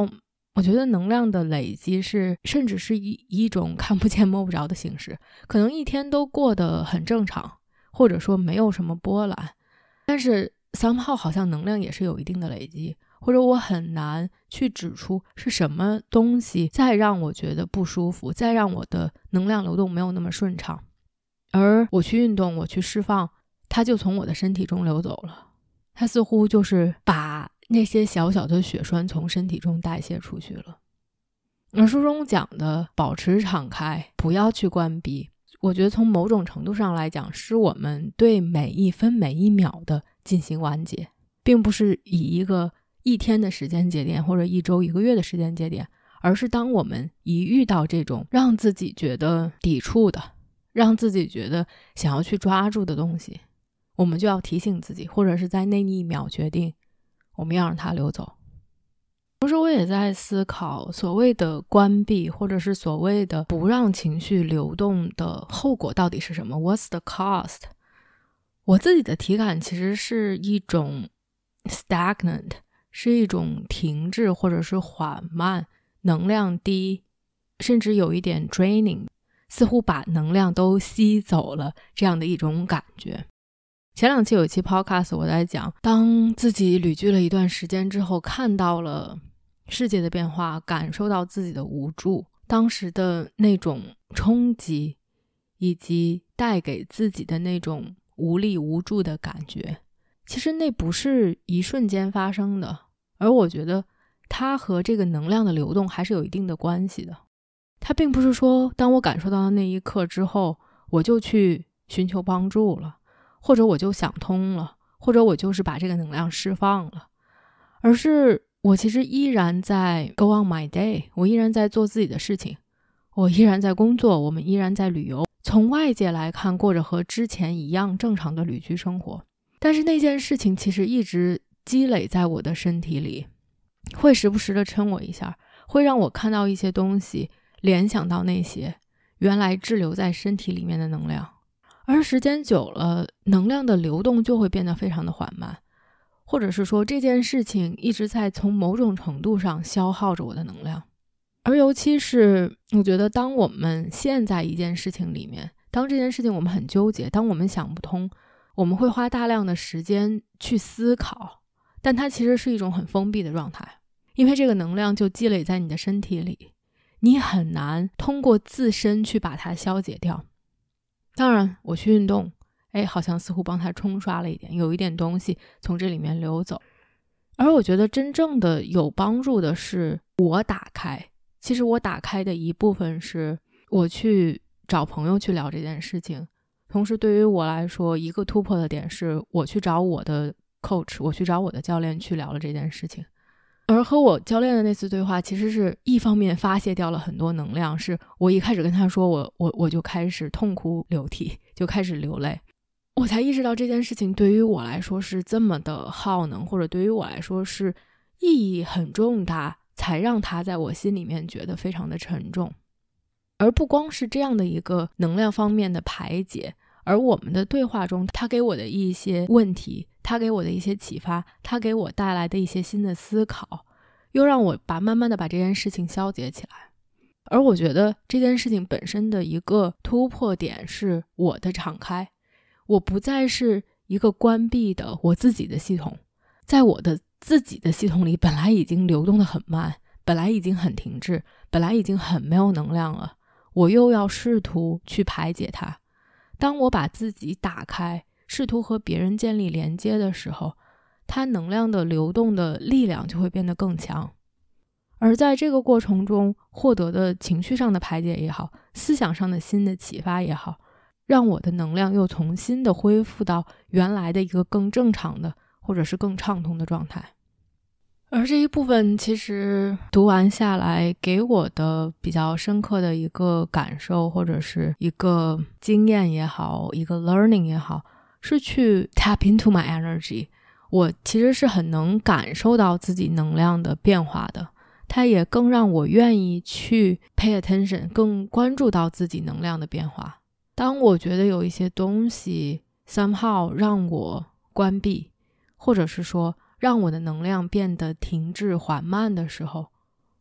我觉得能量的累积甚至是一种看不见摸不着的形式，可能一天都过得很正常，或者说没有什么波澜，但是 somehow 好像能量也是有一定的累积，或者我很难去指出是什么东西再让我觉得不舒服，再让我的能量流动没有那么顺畅，而我去运动，我去释放，它就从我的身体中流走了，它似乎就是把那些小小的血栓从身体中代谢出去了。而书中讲的保持敞开，不要去关闭，我觉得从某种程度上来讲，是我们对每一分每一秒的进行完结，并不是以一天的时间节点或者一周一个月的时间节点，而是当我们一遇到这种让自己觉得抵触的，让自己觉得想要去抓住的东西，我们就要提醒自己，或者是在那一秒决定我们要让它流走。同时我也在思考所谓的关闭，或者是所谓的不让情绪流动的后果到底是什么， What's the cost？ 我自己的体感其实是一种 stagnant， 是一种停滞或者是缓慢，能量低，甚至有一点 draining， 似乎把能量都吸走了这样的一种感觉。前2期有一期 podcast 我在讲，当自己旅居了一段时间之后，看到了世界的变化，感受到自己的无助，当时的那种冲击，以及带给自己的那种无力无助的感觉，其实那不是一瞬间发生的，而我觉得它和这个能量的流动还是有一定的关系的。它并不是说当我感受到的那一刻之后，我就去寻求帮助了，或者我就想通了，或者我就是把这个能量释放了，而是我其实依然在 go on my day， 我依然在做自己的事情，我依然在工作，我们依然在旅游，从外界来看过着和之前一样正常的旅居生活。但是那件事情其实一直积累在我的身体里，会时不时的抻我一下，会让我看到一些东西，联想到那些原来滞留在身体里面的能量，而时间久了，能量的流动就会变得非常的缓慢，或者是说这件事情一直在从某种程度上消耗着我的能量。而尤其是我觉得当我们陷在一件事情里面，当这件事情我们很纠结，当我们想不通，我们会花大量的时间去思考，但它其实是一种很封闭的状态，因为这个能量就积累在你的身体里，你很难通过自身去把它消解掉。当然我去运动，好像似乎帮它冲刷了一点，有一点东西从这里面流走。而我觉得真正的有帮助的是我打开，其实我打开的一部分是我去找朋友去聊这件事情，同时对于我来说一个突破的点是我去找我的 coach， 我去找我的教练去聊了这件事情。而和我教练的那次对话其实是一方面发泄掉了很多能量，是我一开始跟他说我就开始痛哭流涕，就开始流泪，我才意识到这件事情对于我来说是这么的耗能，或者对于我来说是意义很重大，才让它在我心里面觉得非常的沉重。而不光是这样的一个能量方面的排解，而我们的对话中他给我的一些问题，他给我的一些启发，他给我带来的一些新的思考，又让我慢慢的把这件事情消解起来。而我觉得这件事情本身的一个突破点是我的敞开，我不再是一个关闭的我自己的系统，在我的自己的系统里本来已经流动的很慢，本来已经很停滞，本来已经很没有能量了，我又要试图去排解它。当我把自己打开，试图和别人建立连接的时候，它能量的流动的力量就会变得更强。而在这个过程中获得的情绪上的排解也好，思想上的新的启发也好，让我的能量又重新的恢复到原来的一个更正常的或者是更畅通的状态。而这一部分其实读完下来给我的比较深刻的一个感受，或者是一个经验也好，一个 learning 也好，是去 tap into my energy。 我其实是很能感受到自己能量的变化的，它也更让我愿意去 pay attention， 更关注到自己能量的变化。当我觉得有一些东西 somehow 让我关闭，或者是说让我的能量变得停滞缓慢的时候，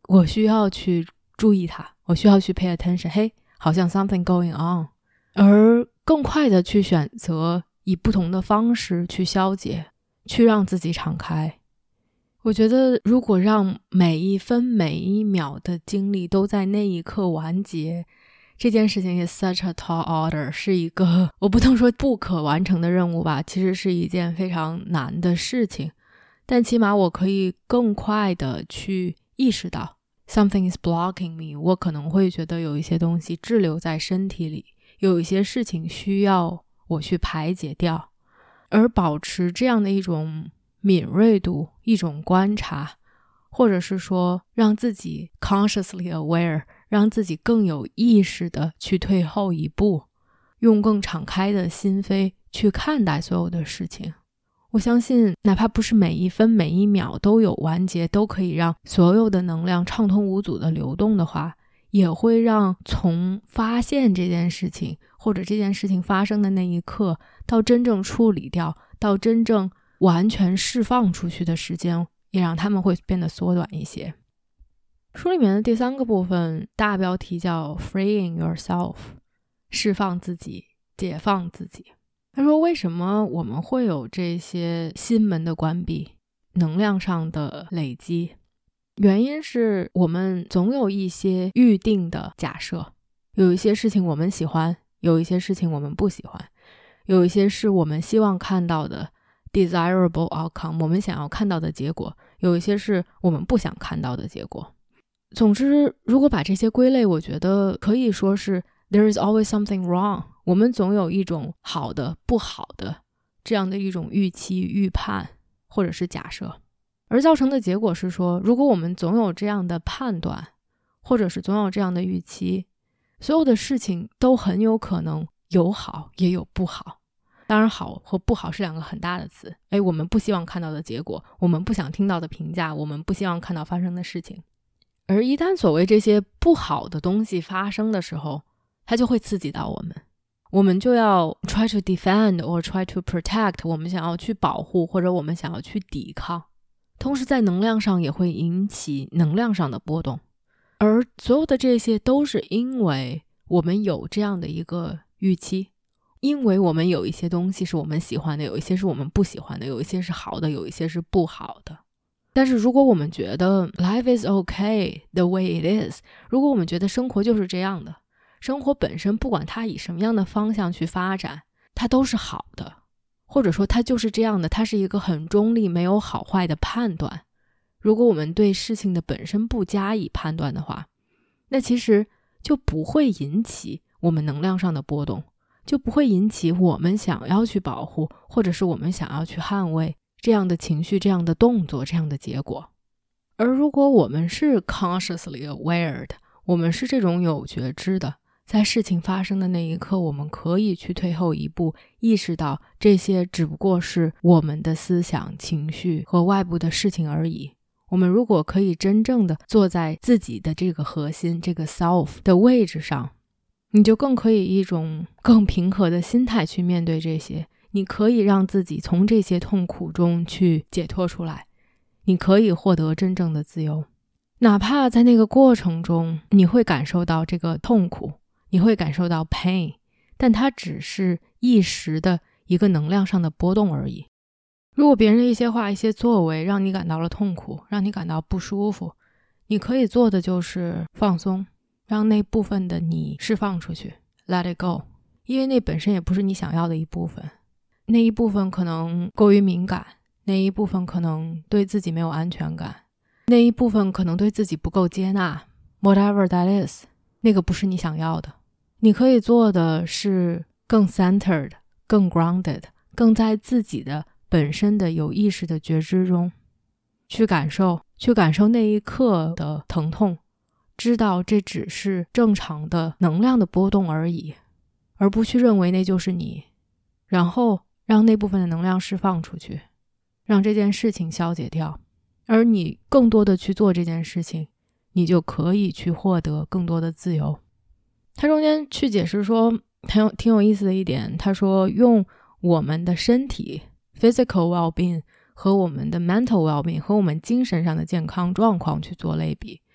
我需要去注意它，我需要去 pay attention， 嘿，好像 something going on， 而更快的去选择以不同的方式去消解，去让自己敞开。我觉得如果让每一分每一秒的精力都在那一刻完结，这件事情 is such a tall order， 是一个我不能说不可完成的任务吧，其实是一件非常难的事情，但起码我可以更快的去意识到 something is blocking me， 我可能会觉得有一些东西滞留在身体里，有一些事情需要我去排解掉，而保持这样的一种敏锐度，一种观察，或者是说让自己 consciously aware， 让自己更有意识的去退后一步，用更敞开的心扉去看待所有的事情。我相信哪怕不是每一分每一秒都有完结，都可以让所有的能量畅通无阻的流动的话，也会让从发现这件事情或者这件事情发生的那一刻到真正处理掉，到真正完全释放出去的时间也让他们会变得缩短一些。书里面的第3个部分大标题叫 Freeing Yourself， 释放自己，解放自己。他说为什么我们会有这些心门的关闭，能量上的累积，原因是我们总有一些预定的假设，有一些事情我们喜欢，有一些事情我们不喜欢，有一些是我们希望看到的desirable outcome， 我们想要看到的结果，有一些是我们不想看到的结果。总之如果把这些归类，我觉得可以说是 there is always something wrong， 我们总有一种好的不好的这样的一种预期预判或者是假设，而造成的结果是说，如果我们总有这样的判断或者是总有这样的预期，所有的事情都很有可能有好也有不好。当然好和不好是2个很大的词，我们不希望看到的结果，我们不想听到的评价，我们不希望看到发生的事情。而一旦所谓这些不好的东西发生的时候，它就会刺激到我们，我们就要 try to defend or try to protect， 我们想要去保护或者我们想要去抵抗，同时在能量上也会引起能量上的波动。而所有的这些都是因为我们有这样的一个预期，因为我们有一些东西是我们喜欢的，有一些是我们不喜欢的，有一些是好的，有一些是不好的。但是如果我们觉得 life is okay the way it is， 如果我们觉得生活就是这样的，生活本身不管它以什么样的方向去发展，它都是好的，或者说它就是这样的，它是一个很中立没有好坏的判断。如果我们对事情的本身不加以判断的话，那其实就不会引起我们能量上的波动，就不会引起我们想要去保护或者是我们想要去捍卫这样的情绪，这样的动作，这样的结果。而如果我们是 consciously aware 的，我们是这种有觉知的，在事情发生的那一刻，我们可以去退后一步，意识到这些只不过是我们的思想情绪和外部的事情而已。我们如果可以真正的坐在自己的这个核心，这个 self 的位置上，你就更可以一种更平和的心态去面对这些，你可以让自己从这些痛苦中去解脱出来，你可以获得真正的自由。哪怕在那个过程中你会感受到这个痛苦，你会感受到 pain， 但它只是一时的一个能量上的波动而已。如果别人的一些话一些作为让你感到了痛苦，让你感到不舒服，你可以做的就是放松，让那部分的你释放出去， let it go， 因为那本身也不是你想要的一部分，那一部分可能过于敏感，那一部分可能对自己没有安全感，那一部分可能对自己不够接纳， whatever that is， 那个不是你想要的。你可以做的是更 centered， 更 grounded， 更在自己的本身的有意识的觉知中去感受那一刻的疼痛，知道这只是正常的能量的波动而已，而不去认为那就是你，然后让那部分的能量释放出去，让这件事情消解掉。而你更多的去做这件事情，你就可以去获得更多的自由。他中间去解释说挺有意思的一点，他说用我们的身体 physical well-being 和我们的 mental well-being 和我们精神上的健康状况去做类比。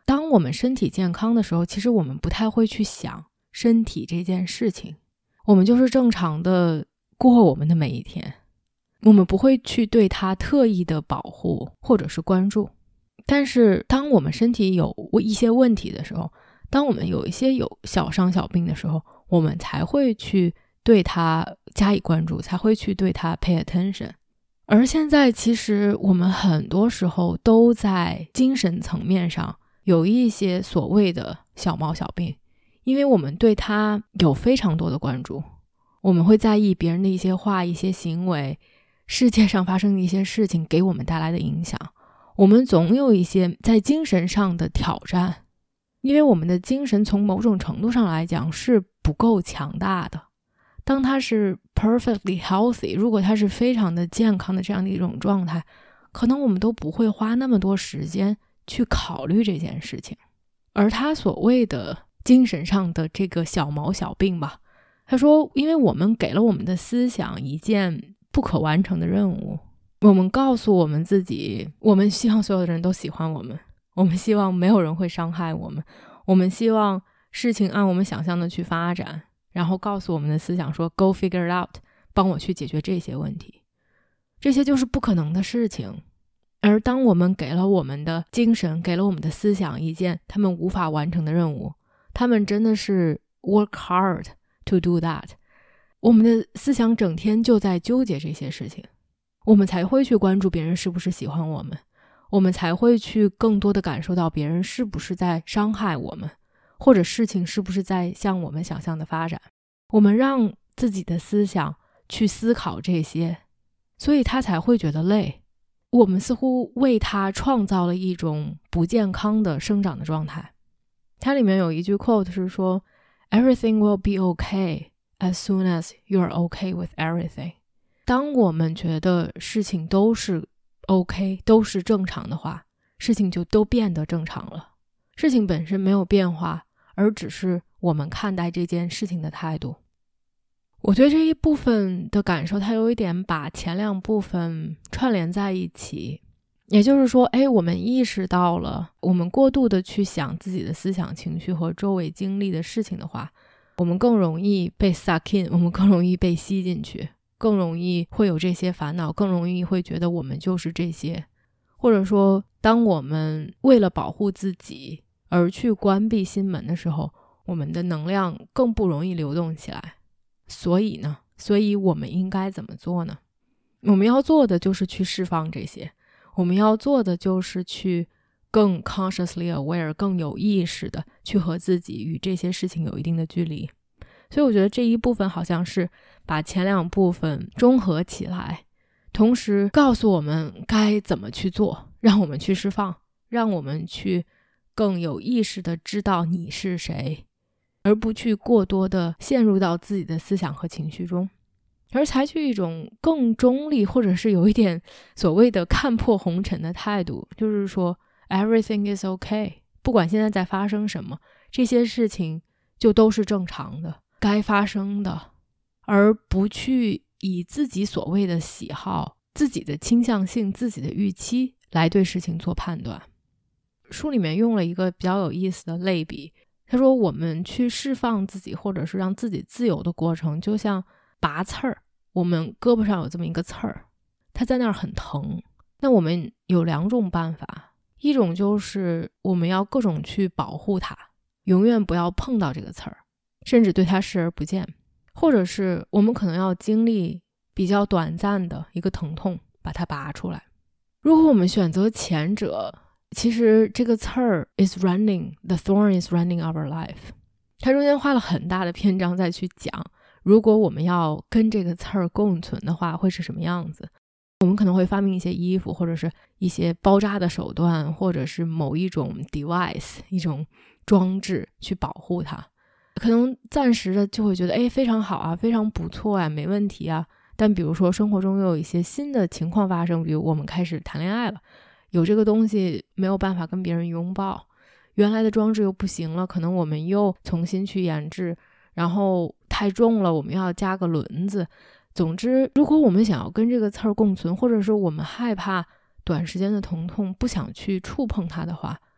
当我们身体健康的时候，其实我们不太会去想身体这件事情，我们就是正常的过我们的每一天，我们不会去对它特意的保护或者是关注。但是当我们身体有一些问题的时候，当我们有一些有小伤小病的时候，我们才会去对它加以关注，才会去对它 pay attention。 而现在其实我们很多时候都在精神层面上有一些所谓的小毛小病，因为我们对它有非常多的关注，我们会在意别人的一些话、一些行为，世界上发生的一些事情给我们带来的影响，我们总有一些在精神上的挑战，因为我们的精神从某种程度上来讲是不够强大的。当它是 perfectly healthy， 如果它是非常的健康的这样的一种状态，可能我们都不会花那么多时间去考虑这件事情。而他所谓的精神上的这个小毛小病吧，他说因为我们给了我们的思想一件不可完成的任务，我们告诉我们自己，我们希望所有的人都喜欢我们，我们希望没有人会伤害我们，我们希望事情按我们想象的去发展，然后告诉我们的思想说 Go figure it out， 帮我去解决这些问题。这些就是不可能的事情。而当我们给了我们的精神，给了我们的思想一件他们无法完成的任务，他们真的是 work hard to do that， 我们的思想整天就在纠结这些事情，我们才会去关注别人是不是喜欢我们，我们才会去更多的感受到别人是不是在伤害我们，或者事情是不是在向我们想象的发展。我们让自己的思想去思考这些，所以他才会觉得累。我们似乎为他创造了一种不健康的生长的状态。它里面有一句 quote 是说 Everything will be okay as soon as you're okay with everything。 当我们觉得事情都是 OK， 都是正常的话，事情就都变得正常了。事情本身没有变化，而只是我们看待这件事情的态度。我对这一部分的感受，它有一点把前两部分串联在一起。也就是说，我们意识到了，我们过度的去想自己的思想情绪和周围经历的事情的话，我们更容易被 suck in， 我们更容易被吸进去，更容易会有这些烦恼，更容易会觉得我们就是这些。或者说，当我们为了保护自己而去关闭心门的时候，我们的能量更不容易流动起来。所以我们应该怎么做呢？我们要做的就是去释放这些，我们要做的就是去更 consciously aware， 更有意识的去和自己与这些事情有一定的距离。所以我觉得这一部分好像是把前两部分综合起来，同时告诉我们该怎么去做，让我们去释放，让我们去更有意识的知道你是谁，而不去过多的陷入到自己的思想和情绪中，而采取一种更中立或者是有一点所谓的看破红尘的态度，就是说 everything is okay， 不管现在在发生什么，这些事情就都是正常的，该发生的，而不去以自己所谓的喜好、自己的倾向性、自己的预期来对事情做判断。书里面用了一个比较有意思的类比，他说我们去释放自己或者是让自己自由的过程就像拔刺儿，我们胳膊上有这么一个刺儿，它在那儿很疼。那我们有两种办法，一种就是我们要各种去保护它，永远不要碰到这个刺儿，甚至对它视而不见，或者是我们可能要经历比较短暂的一个疼痛把它拔出来。如果我们选择前者，其实这个刺儿 is running, the thorn is running our life。 他中间花了很大的篇章再去讲，如果我们要跟这个刺儿共存的话会是什么样子。我们可能会发明一些衣服，或者是一些包扎的手段，或者是某一种 device， 一种装置去保护它。可能暂时的就会觉得非常好啊，非常不错啊，没问题啊。但比如说生活中又有一些新的情况发生，比如我们开始谈恋爱了，有这个东西没有办法跟别人拥抱，原来的装置又不行了，可能我们又重新去研制，然后太重了，我们要加个轮子。总之，如果我们想要跟这个刺儿共存，或者是我们害怕短时间的疼痛，不想去触碰它的话，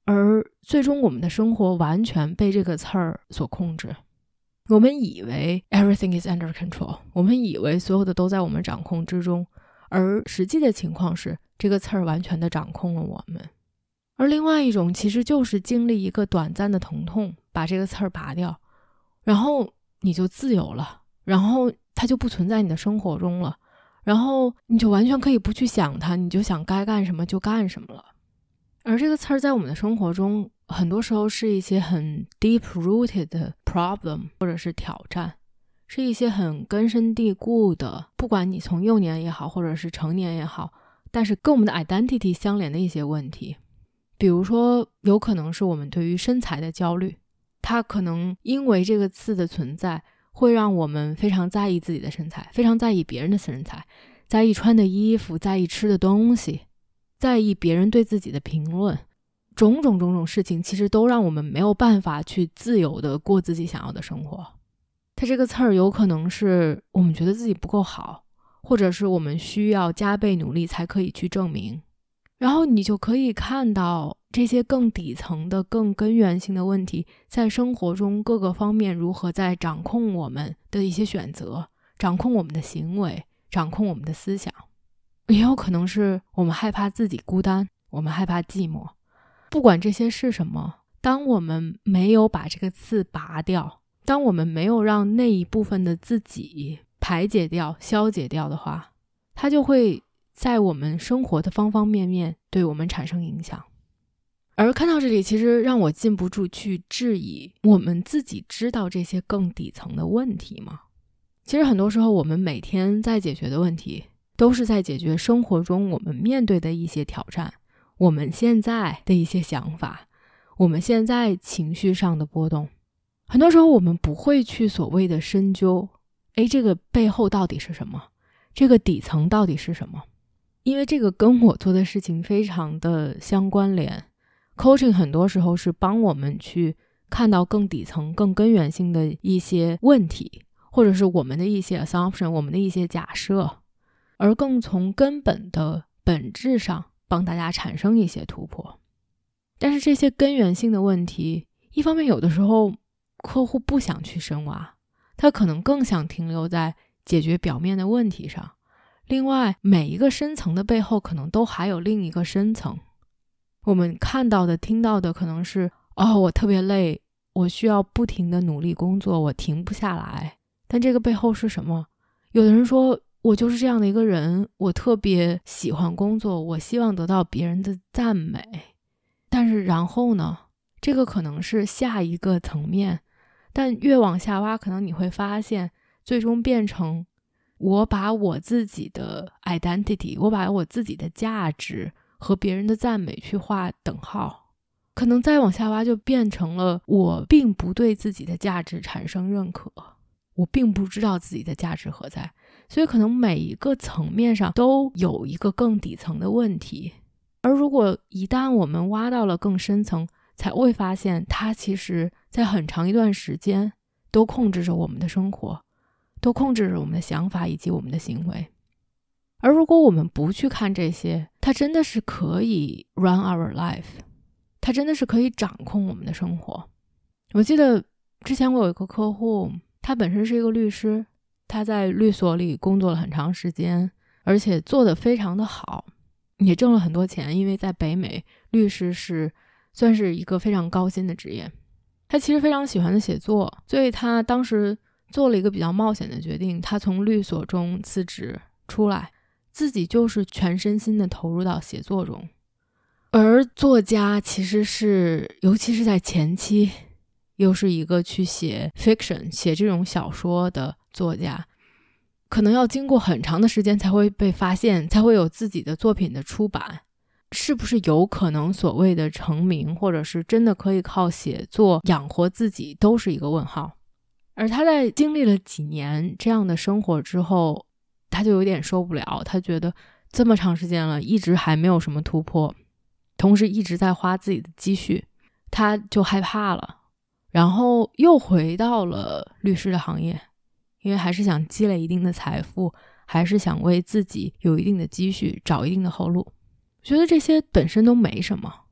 而最终我们的生活完全被这个刺儿所控制。我们以为 everything is under control， 我们以为所有的都在我们掌控之中，而实际的情况是这个刺儿完全的掌控了我们。而另外一种其实就是经历一个短暂的疼痛，把这个刺儿拔掉，然后你就自由了，然后它就不存在你的生活中了，然后你就完全可以不去想它，你就想该干什么就干什么了。而这个刺儿在我们的生活中很多时候是一些很 deep rooted 的 problem 或者是挑战，是一些很根深蒂固的，不管你从幼年也好或者是成年也好，但是跟我们的 identity 相连的一些问题。比如说有可能是我们对于身材的焦虑，它可能因为这个刺的存在会让我们非常在意自己的身材，非常在意别人的身材，在意穿的衣服，在意吃的东西，在意别人对自己的评论，种种事情其实都让我们没有办法去自由的过自己想要的生活。它这个刺儿有可能是我们觉得自己不够好，或者是我们需要加倍努力才可以去证明。然后你就可以看到这些更底层的更根源性的问题在生活中各个方面如何在掌控我们的一些选择，掌控我们的行为，掌控我们的思想。也有可能是我们害怕自己孤单，我们害怕寂寞。不管这些是什么，当我们没有把这个刺拔掉，当我们没有让那一部分的自己排解掉消解掉的话，它就会在我们生活的方方面面对我们产生影响。而看到这里，其实让我禁不住去质疑，我们自己知道这些更底层的问题吗？其实很多时候我们每天在解决的问题都是在解决生活中我们面对的一些挑战，我们现在的一些想法，我们现在情绪上的波动。很多时候我们不会去所谓的深究，这个背后到底是什么，这个底层到底是什么。因为这个跟我做的事情非常的相关联。 Coaching 很多时候是帮我们去看到更底层更根源性的一些问题，或者是我们的一些 assumption， 我们的一些假设，而更从根本的本质上帮大家产生一些突破。但是这些根源性的问题，一方面有的时候客户不想去深挖，他可能更想停留在解决表面的问题上。另外每一个深层的背后可能都还有另一个深层，我们看到的听到的可能是我特别累，我需要不停的努力工作，我停不下来。但这个背后是什么？有的人说我就是这样的一个人，我特别喜欢工作，我希望得到别人的赞美。但是然后呢，这个可能是下一个层面，但越往下挖，可能你会发现最终变成我把我自己的 identity， 我把我自己的价值和别人的赞美去画等号。可能再往下挖就变成了我并不对自己的价值产生认可，我并不知道自己的价值何在。所以可能每一个层面上都有一个更底层的问题。而如果一旦我们挖到了更深层，才会发现它其实在很长一段时间都控制着我们的生活，都控制着我们的想法以及我们的行为。而如果我们不去看这些，它真的是可以 run our life， 它真的是可以掌控我们的生活。我记得之前我有一个客户，他本身是一个律师，他在律所里工作了很长时间，而且做得非常的好，也挣了很多钱。因为在北美，律师是算是一个非常高薪的职业。他其实非常喜欢的写作，所以他当时做了一个比较冒险的决定，他从律所中辞职出来，自己就是全身心的投入到写作中。而作家其实是，尤其是在前期，又是一个去写 fiction 写这种小说的作家，可能要经过很长的时间才会被发现，才会有自己的作品的出版。是不是有可能所谓的成名，或者是真的可以靠写作养活自己，都是一个问号。而他在经历了几年这样的生活之后，他就有点受不了，他觉得这么长时间了，一直还没有什么突破，同时一直在花自己的积蓄，他就害怕了，然后又回到了律师的行业，因为还是想积累一定的财富，还是想为自己有一定的积蓄，找一定的后路。觉得这些本身都没什么，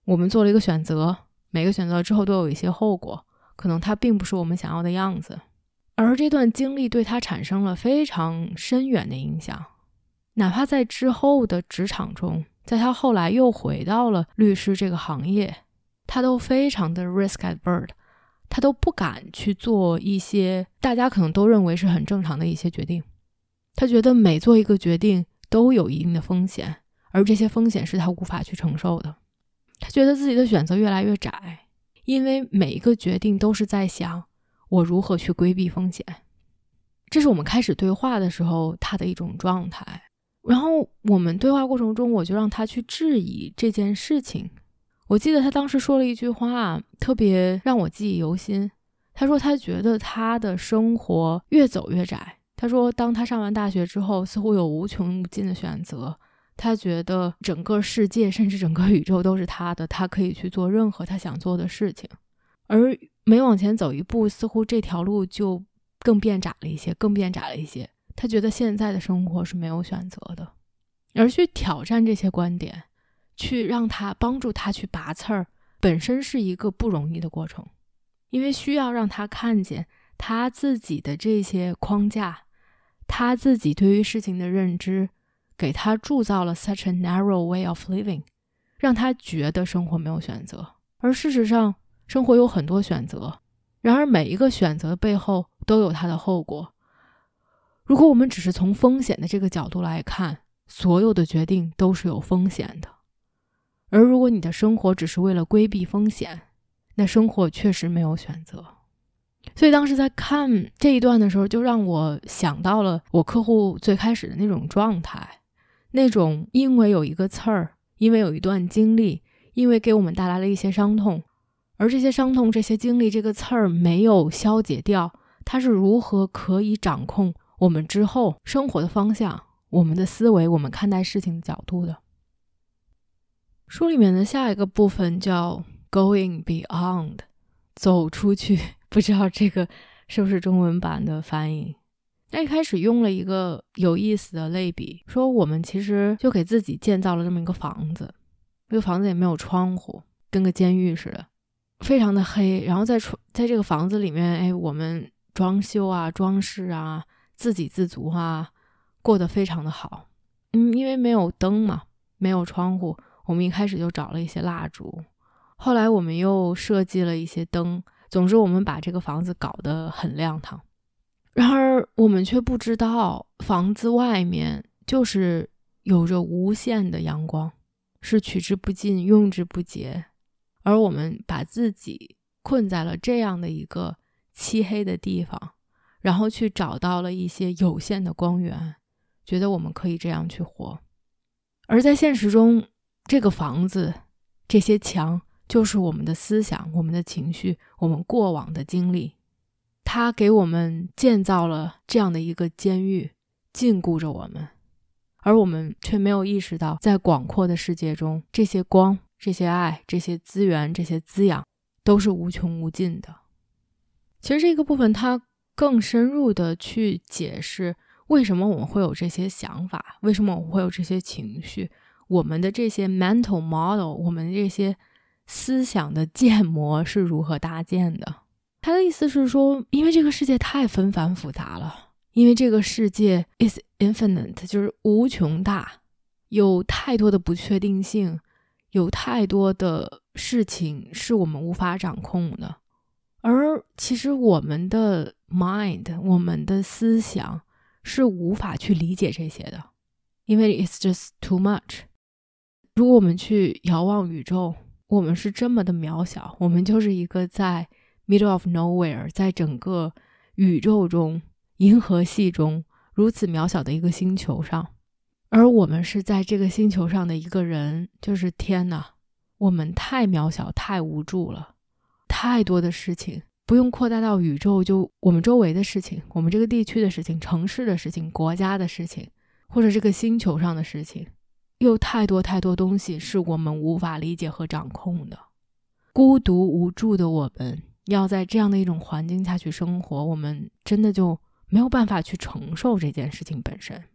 我们做了一个选择，每个选择之后都有一些后果，可能它并不是我们想要的样子，而这段经历对他产生了非常深远的影响。哪怕在之后的职场中，在他后来又回到了律师这个行业，他都非常的 risk averse， 他都不敢去做一些大家可能都认为是很正常的一些决定。他觉得每做一个决定都有一定的风险，而这些风险是他无法去承受的。他觉得自己的选择越来越窄，因为每一个决定都是在想我如何去规避风险。这是我们开始对话的时候他的一种状态。然后我们对话过程中，我就让他去质疑这件事情。我记得他当时说了一句话，特别让我记忆犹新。他说他觉得他的生活越走越窄。他说当他上完大学之后，似乎有无穷无尽的选择。他觉得整个世界甚至整个宇宙都是他的，他可以去做任何他想做的事情。而每往前走一步，似乎这条路就更变窄了一些，更变窄了一些。他觉得现在的生活是没有选择的，而去挑战这些观点，去让他帮助他去拔刺儿，本身是一个不容易的过程，因为需要让他看见他自己的这些框架，他自己对于事情的认知，给他铸造了 such a narrow way of living， 让他觉得生活没有选择。而事实上，生活有很多选择，然而每一个选择背后都有它的后果。如果我们只是从风险的这个角度来看，所有的决定都是有风险的。而如果你的生活只是为了规避风险，那生活确实没有选择。所以当时在看这一段的时候，就让我想到了我客户最开始的那种状态，那种因为有一个刺儿，因为有一段经历，因为给我们带来了一些伤痛，而这些伤痛、这些经历、这个刺儿没有消解掉，它是如何可以掌控我们之后生活的方向，我们的思维，我们看待事情的角度的。书里面的下一个部分叫 Going Beyond， 走出去，不知道这个是不是中文版的翻译。那一开始用了一个有意思的类比，说我们其实就给自己建造了这么一个房子，这个房子也没有窗户，跟个监狱似的，非常的黑。然后在这个房子里面，我们装修啊、装饰啊，自给自足啊，过得非常的好。因为没有灯嘛，没有窗户，我们一开始就找了一些蜡烛，后来我们又设计了一些灯，总之我们把这个房子搞得很亮堂。然而我们却不知道，房子外面就是有着无限的阳光，是取之不尽、用之不竭。而我们把自己困在了这样的一个漆黑的地方，然后去找到了一些有限的光源，觉得我们可以这样去活。而在现实中，这个房子、这些墙就是我们的思想、我们的情绪、我们过往的经历，它给我们建造了这样的一个监狱，禁锢着我们，而我们却没有意识到，在广阔的世界中，这些光、这些爱、这些资源、这些滋养都是无穷无尽的。其实这个部分它更深入的去解释为什么我们会有这些想法，为什么我们会有这些情绪，我们的这些 mental model， 我们这些思想的建模是如何搭建的。他的意思是说，因为这个世界太纷繁复杂了，因为这个世界 is infinite， 就是无穷大，有太多的不确定性，有太多的事情是我们无法掌控的。而其实我们的 mind， 我们的思想是无法去理解这些的，因为 it's just too much。 如果我们去遥望宇宙，我们是这么的渺小，我们就是一个在 middle of nowhere， 在整个宇宙中、银河系中如此渺小的一个星球上，而我们是在这个星球上的一个人，就是天哪，我们太渺小、太无助了，太多的事情，不用扩大到宇宙，就我们周围的事情，我们这个地区的事情，城市的事情，国家的事情，或者这个星球上的事情，有太多太多东西是我们无法理解和掌控的。孤独无助的我们要在这样的一种环境下去生活，我们真的就没有办法去承受这件事情本身。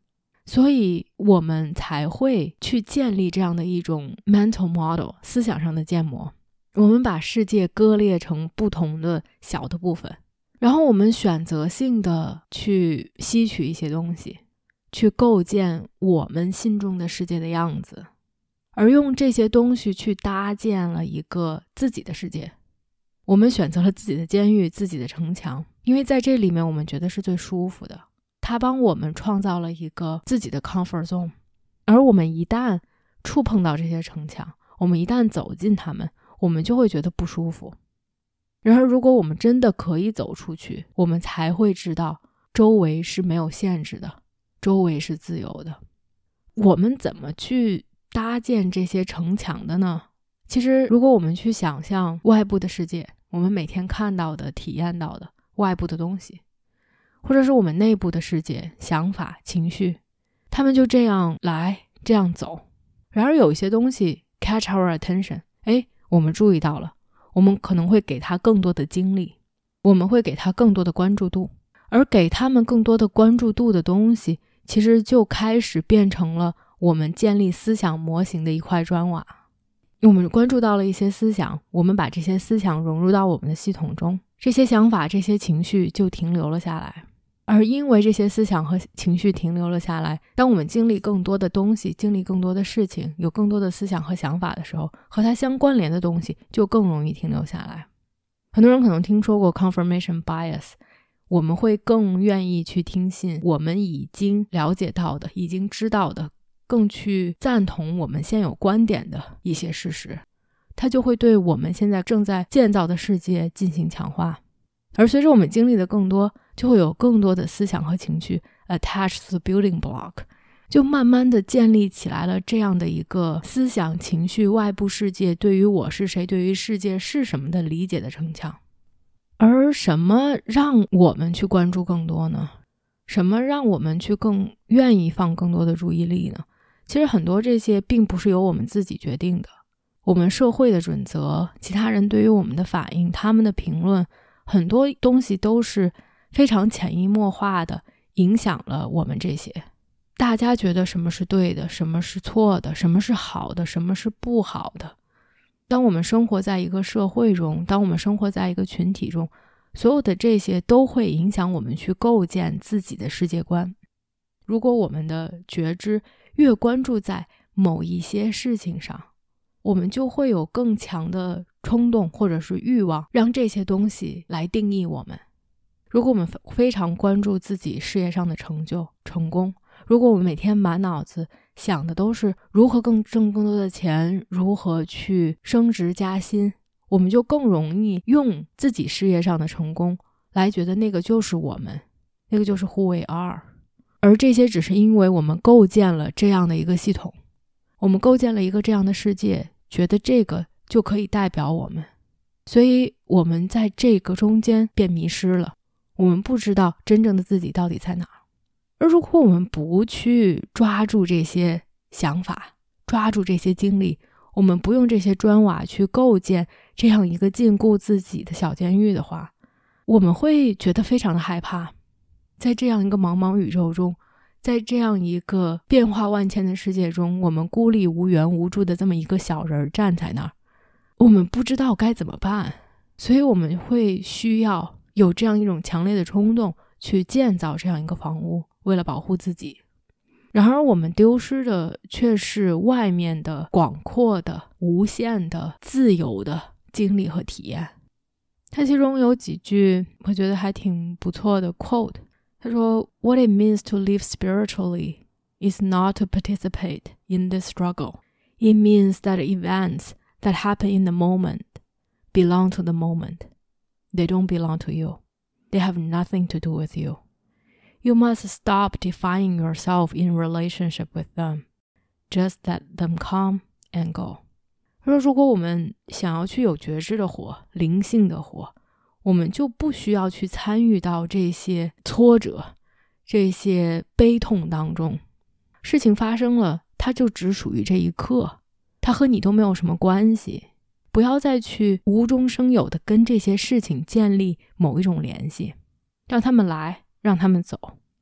所以我们才会去建立这样的一种 mental model 思想上的建模。我们把世界割裂成不同的小的部分，然后我们选择性的去吸取一些东西，去构建我们心中的世界的样子，而用这些东西去搭建了一个自己的世界。我们选择了自己的监狱，自己的城墙，因为在这里面我们觉得是最舒服的。它帮我们创造了一个自己的 comfort zone， 而我们一旦触碰到这些城墙，我们一旦走进它们，我们就会觉得不舒服。然而如果我们真的可以走出去，我们才会知道周围是没有限制的，周围是自由的。我们怎么去搭建这些城墙的呢？其实如果我们去想象外部的世界，我们每天看到的体验到的外部的东西，或者是我们内部的世界，想法情绪，他们就这样来这样走。然而有一些东西 catch our attention， 我们注意到了，我们可能会给他更多的精力，我们会给他更多的关注度，而给他们更多的关注度的东西，其实就开始变成了我们建立思想模型的一块砖瓦。我们关注到了一些思想，我们把这些思想融入到我们的系统中，这些想法这些情绪就停留了下来。而因为这些思想和情绪停留了下来，当我们经历更多的东西，经历更多的事情，有更多的思想和想法的时候，和它相关联的东西就更容易停留下来。很多人可能听说过 confirmation bias， 我们会更愿意去听信我们已经了解到的，已经知道的，更去赞同我们现有观点的一些事实，它就会对我们现在正在建造的世界进行强化。而随着我们经历的更多，就会有更多的思想和情绪 attached to the building block， 就慢慢的建立起来了这样的一个思想情绪外部世界对于我是谁，对于世界是什么的理解的城墙。而什么让我们去关注更多呢？什么让我们去更愿意放更多的注意力呢？其实很多这些并不是由我们自己决定的，我们社会的准则，其他人对于我们的反应，他们的评论，很多东西都是非常潜移默化的影响了我们这些。大家觉得什么是对的，什么是错的，什么是好的，什么是不好的。当我们生活在一个社会中，当我们生活在一个群体中，所有的这些都会影响我们去构建自己的世界观。如果我们的觉知越关注在某一些事情上，我们就会有更强的冲动或者是欲望，让这些东西来定义我们。如果我们非常关注自己事业上的成就、成功，如果我们每天满脑子想的都是如何挣更多的钱，如何去升职加薪，我们就更容易用自己事业上的成功来觉得那个就是我们，那个就是 who we are。 而这些只是因为我们构建了这样的一个系统，我们构建了一个这样的世界，觉得这个就可以代表我们，所以我们在这个中间便迷失了，我们不知道真正的自己到底在哪。而如果我们不去抓住这些想法，抓住这些经历，我们不用这些砖瓦去构建这样一个禁锢自己的小监狱的话，我们会觉得非常的害怕。在这样一个茫茫宇宙中，在这样一个变化万千的世界中，我们孤立无援无助的这么一个小人站在那儿，我们不知道该怎么办，所以我们会需要有这样一种强烈的冲动去建造这样一个房屋，为了保护自己。然而我们丢失的却是外面的广阔的无限的自由的经历和体验。它其中有几句我觉得还挺不错的 quote， 他说 What it means to live spiritually is not to participate in this struggle. It means that events that happen in the moment belong to the moment. They don't belong to you. They have nothing to do with you. You must stop defining yourself in relationship with them. Just let them come and go. 他说如果我们想要去有觉知的活，灵性的活，我们就不需要去参与到这些挫折，这些悲痛当中。事情发生了，它就只属于这一刻，它和你都没有什么关系。不要再去无中生有的跟这些事情建立某一种联系，让他们来，让他们走。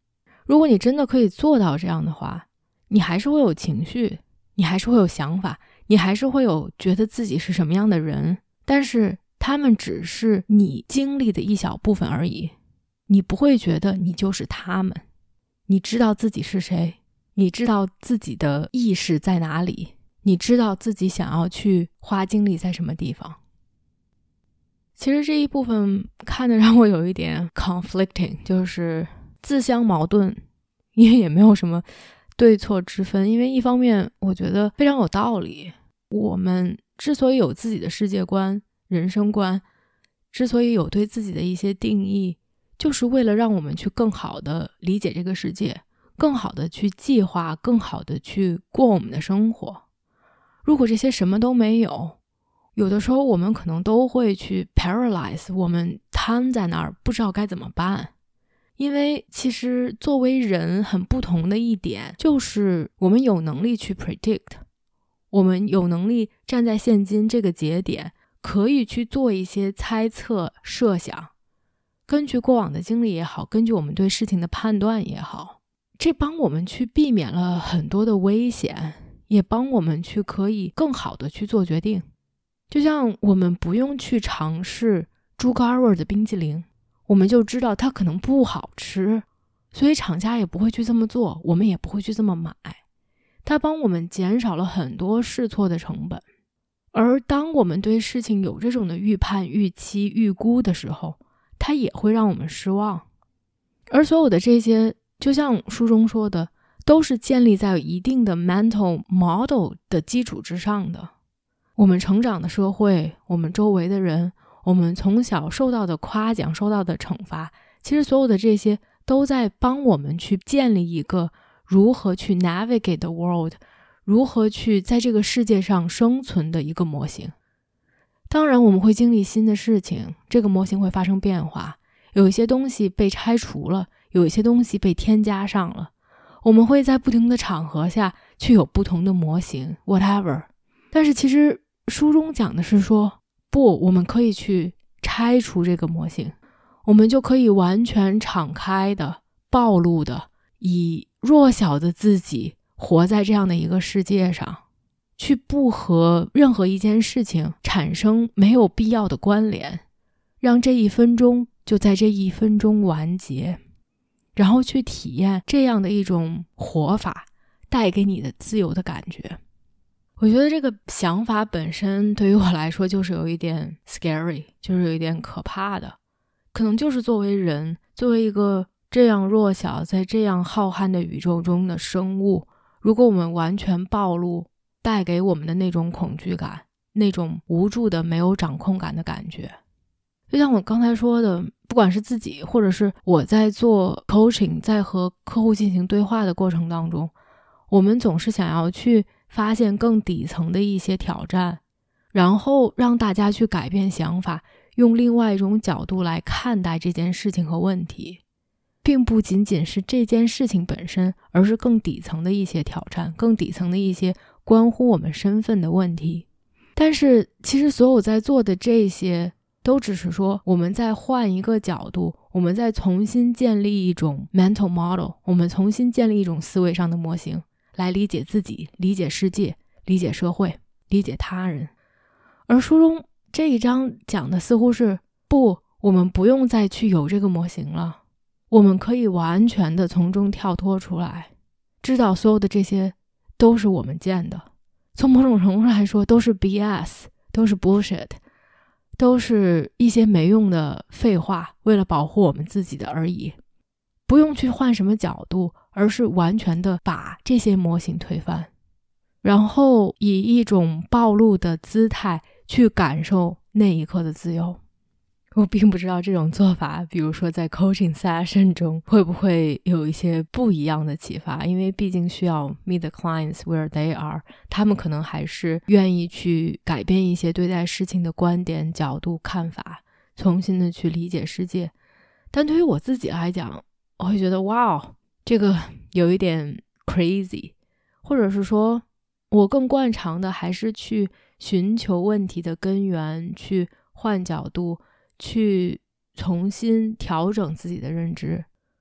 如果你真的可以做到这样的话，你还是会有情绪，你还是会有想法，你还是会有觉得自己是什么样的人，但是他们只是你经历的一小部分而已，你不会觉得你就是他们。你知道自己是谁，你知道自己的意识在哪里，你知道自己想要去花精力在什么地方。其实这一部分看得让我有一点 conflicting， 就是自相矛盾，因为也没有什么对错之分。因为一方面我觉得非常有道理，我们之所以有自己的世界观、人生观，之所以有对自己的一些定义，就是为了让我们去更好的理解这个世界，更好的去计划，更好的去过我们的生活。如果这些什么都没有，有的时候我们可能都会去 paralyze， 我们瘫在那儿不知道该怎么办。因为其实作为人很不同的一点，就是我们有能力去 predict， 我们有能力站在现今这个节点，可以去做一些猜测设想，根据过往的经历也好，根据我们对事情的判断也好，这帮我们去避免了很多的危险，也帮我们去可以更好的去做决定。就像我们不用去尝试猪肝味的冰淇淋，我们就知道它可能不好吃，所以厂家也不会去这么做，我们也不会去这么买。它帮我们减少了很多试错的成本。而当我们对事情有这种的预判、预期、预估的时候，它也会让我们失望。而所有的这些，就像书中说的，都是建立在一定的 mental model 的基础之上的。我们成长的社会，我们周围的人，我们从小受到的夸奖，受到的惩罚，其实所有的这些都在帮我们去建立一个如何去 navigate the world， 如何去在这个世界上生存的一个模型。当然我们会经历新的事情，这个模型会发生变化，有一些东西被拆除了，有一些东西被添加上了，我们会在不同的场合下去有不同的模型 whatever。 但是其实书中讲的是说，不，我们可以去拆除这个模型，我们就可以完全敞开的、暴露的，以弱小的自己活在这样的一个世界上，去不和任何一件事情产生没有必要的关联，让这一分钟就在这一分钟完结，然后去体验这样的一种活法带给你的自由的感觉。我觉得这个想法本身对于我来说就是有一点 scary， 就是有一点可怕的。可能就是作为人，作为一个这样弱小在这样浩瀚的宇宙中的生物，如果我们完全暴露带给我们的那种恐惧感，那种无助的没有掌控感的感觉，就像我刚才说的，不管是自己或者是我在做 coaching， 在和客户进行对话的过程当中，我们总是想要去发现更底层的一些挑战，然后让大家去改变想法，用另外一种角度来看待这件事情和问题，并不仅仅是这件事情本身，而是更底层的一些挑战，更底层的一些关乎我们身份的问题。但是其实所有在做的这些都只是说我们在换一个角度，我们在重新建立一种 mental model， 我们重新建立一种思维上的模型，来理解自己，理解世界，理解社会，理解他人。而书中这一章讲的似乎是，不，我们不用再去有这个模型了，我们可以完全的从中跳脱出来，知道所有的这些都是我们建的，从某种程度上来说都是 BS， 都是 bullshit， 都是一些没用的废话，为了保护我们自己的而已。不用去换什么角度，而是完全的把这些模型推翻，然后以一种暴露的姿态去感受那一刻的自由。我并不知道这种做法，比如说在 coaching session 中会不会有一些不一样的启发，因为毕竟需要 meet the clients where they are， 他们可能还是愿意去改变一些对待事情的观点、角度、看法，重新的去理解世界。但对于我自己来讲，我会觉得哇，这个有一点 crazy， 或者是说我更惯常的还是去寻求问题的根源，去换角度，去重新调整自己的认知。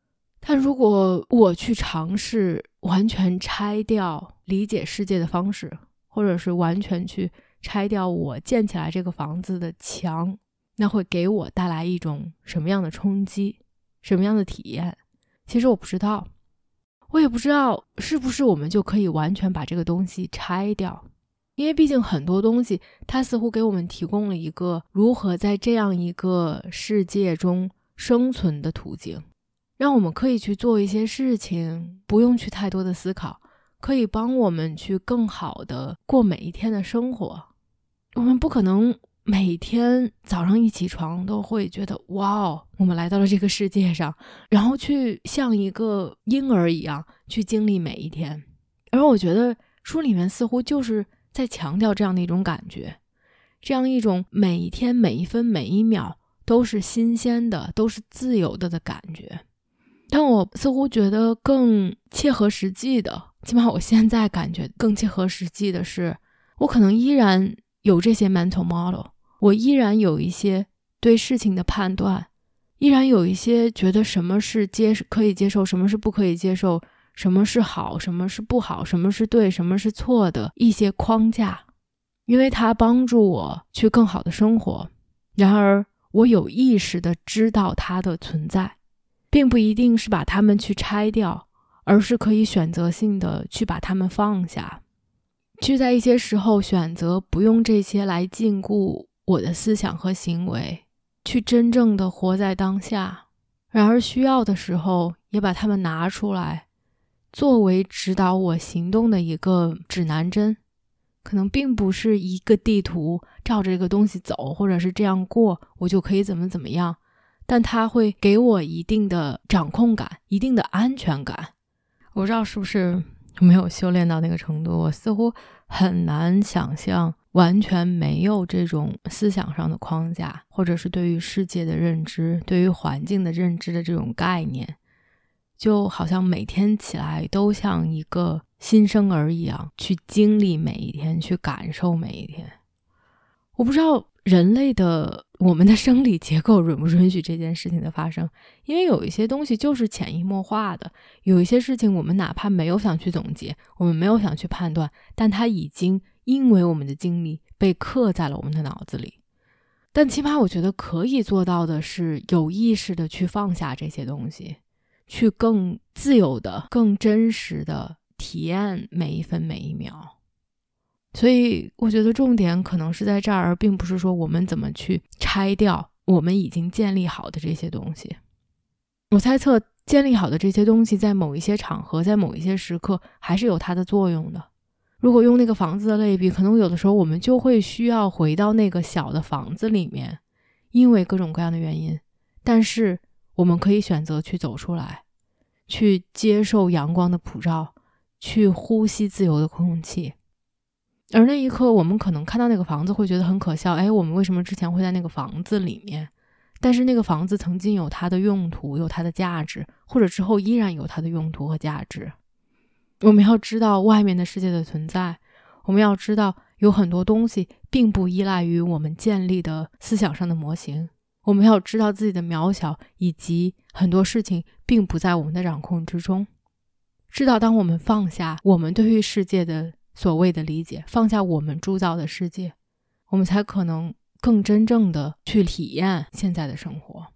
但如果我去尝试完全拆掉理解世界的方式，或者是完全去拆掉我建起来这个房子的墙，那会给我带来一种什么样的冲击，什么样的体验？其实我不知道，我也不知道是不是我们就可以完全把这个东西拆掉，因为毕竟很多东西它似乎给我们提供了一个如何在这样一个世界中生存的途径，让我们可以去做一些事情，不用去太多的思考，可以帮我们去更好的过每一天的生活。我们不可能每天早上一起床都会觉得哇哦，我们来到了这个世界上，然后去像一个婴儿一样去经历每一天。而我觉得书里面似乎就是在强调这样的一种感觉，这样一种每一天每一分每一秒都是新鲜的，都是自由的感觉。但我似乎觉得更切合实际的，起码我现在感觉更切合实际的是，我可能依然有这些 mental model， 我依然有一些对事情的判断，依然有一些觉得什么是可以接受，什么是不可以接受，什么是好，什么是不好，什么是对，什么是错的一些框架，因为它帮助我去更好的生活。然而我有意识地知道它的存在，并不一定是把它们去拆掉，而是可以选择性的去把它们放下，去在一些时候选择不用这些来禁锢我的思想和行为，去真正的活在当下。然而需要的时候也把它们拿出来，作为指导我行动的一个指南针。可能并不是一个地图照着这个东西走，或者是这样过我就可以怎么样，但它会给我一定的掌控感，一定的安全感。我不知道是不是没有修炼到那个程度，我似乎很难想象完全没有这种思想上的框架，或者是对于世界的认知，对于环境的认知的这种概念，就好像每天起来都像一个新生儿一样去经历每一天，去感受每一天。我不知道人类的我们的生理结构允不允许这件事情的发生，因为有一些东西就是潜移默化的，有一些事情我们哪怕没有想去总结，我们没有想去判断，但它已经因为我们的经历被刻在了我们的脑子里。但起码我觉得可以做到的是有意识的去放下这些东西，去更自由的更真实的体验每一分每一秒。所以我觉得重点可能是在这儿，而并不是说我们怎么去拆掉我们已经建立好的这些东西。我猜测建立好的这些东西在某一些场合，在某一些时刻还是有它的作用的。如果用那个房子的类比，可能有的时候我们就会需要回到那个小的房子里面，因为各种各样的原因，但是我们可以选择去走出来，去接受阳光的普照，去呼吸自由的空气。而那一刻我们可能看到那个房子会觉得很可笑，我们为什么之前会在那个房子里面？但是那个房子曾经有它的用途，有它的价值，或者之后依然有它的用途和价值。我们要知道外面的世界的存在，我们要知道有很多东西并不依赖于我们建立的思想上的模型，我们要知道自己的渺小，以及很多事情并不在我们的掌控之中。知道当我们放下我们对于世界的所谓的理解，放下我们铸造的世界，我们才可能更真正的去体验现在的生活。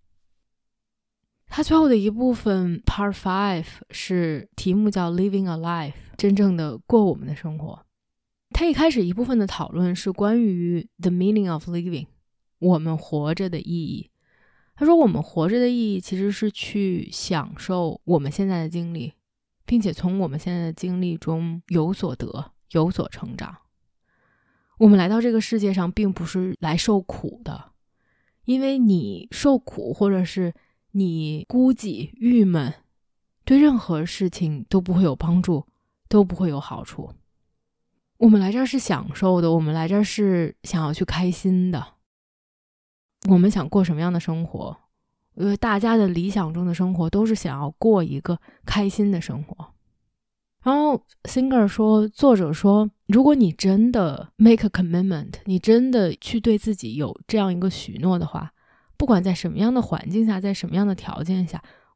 它最后的一部分 Part 5是题目叫 Living a Life， 真正的过我们的生活。它一开始一部分的讨论是关于 The meaning of living， 我们活着的意义。他说我们活着的意义其实是去享受我们现在的经历，并且从我们现在的经历中有所得，有所成长。我们来到这个世界上并不是来受苦的，因为你受苦或者是你孤寂郁闷，对任何事情都不会有帮助，都不会有好处。我们来这儿是享受的，我们来这儿是想要去开心的。我们想过什么样的生活？因为大家的理想中的生活都是想要过一个开心的生活。然后 Singer 说，作者说，如果你真的 make a commitment， 你真的去对自己有这样一个许诺的话，不管在什么样的环境下，在什么样的条件下，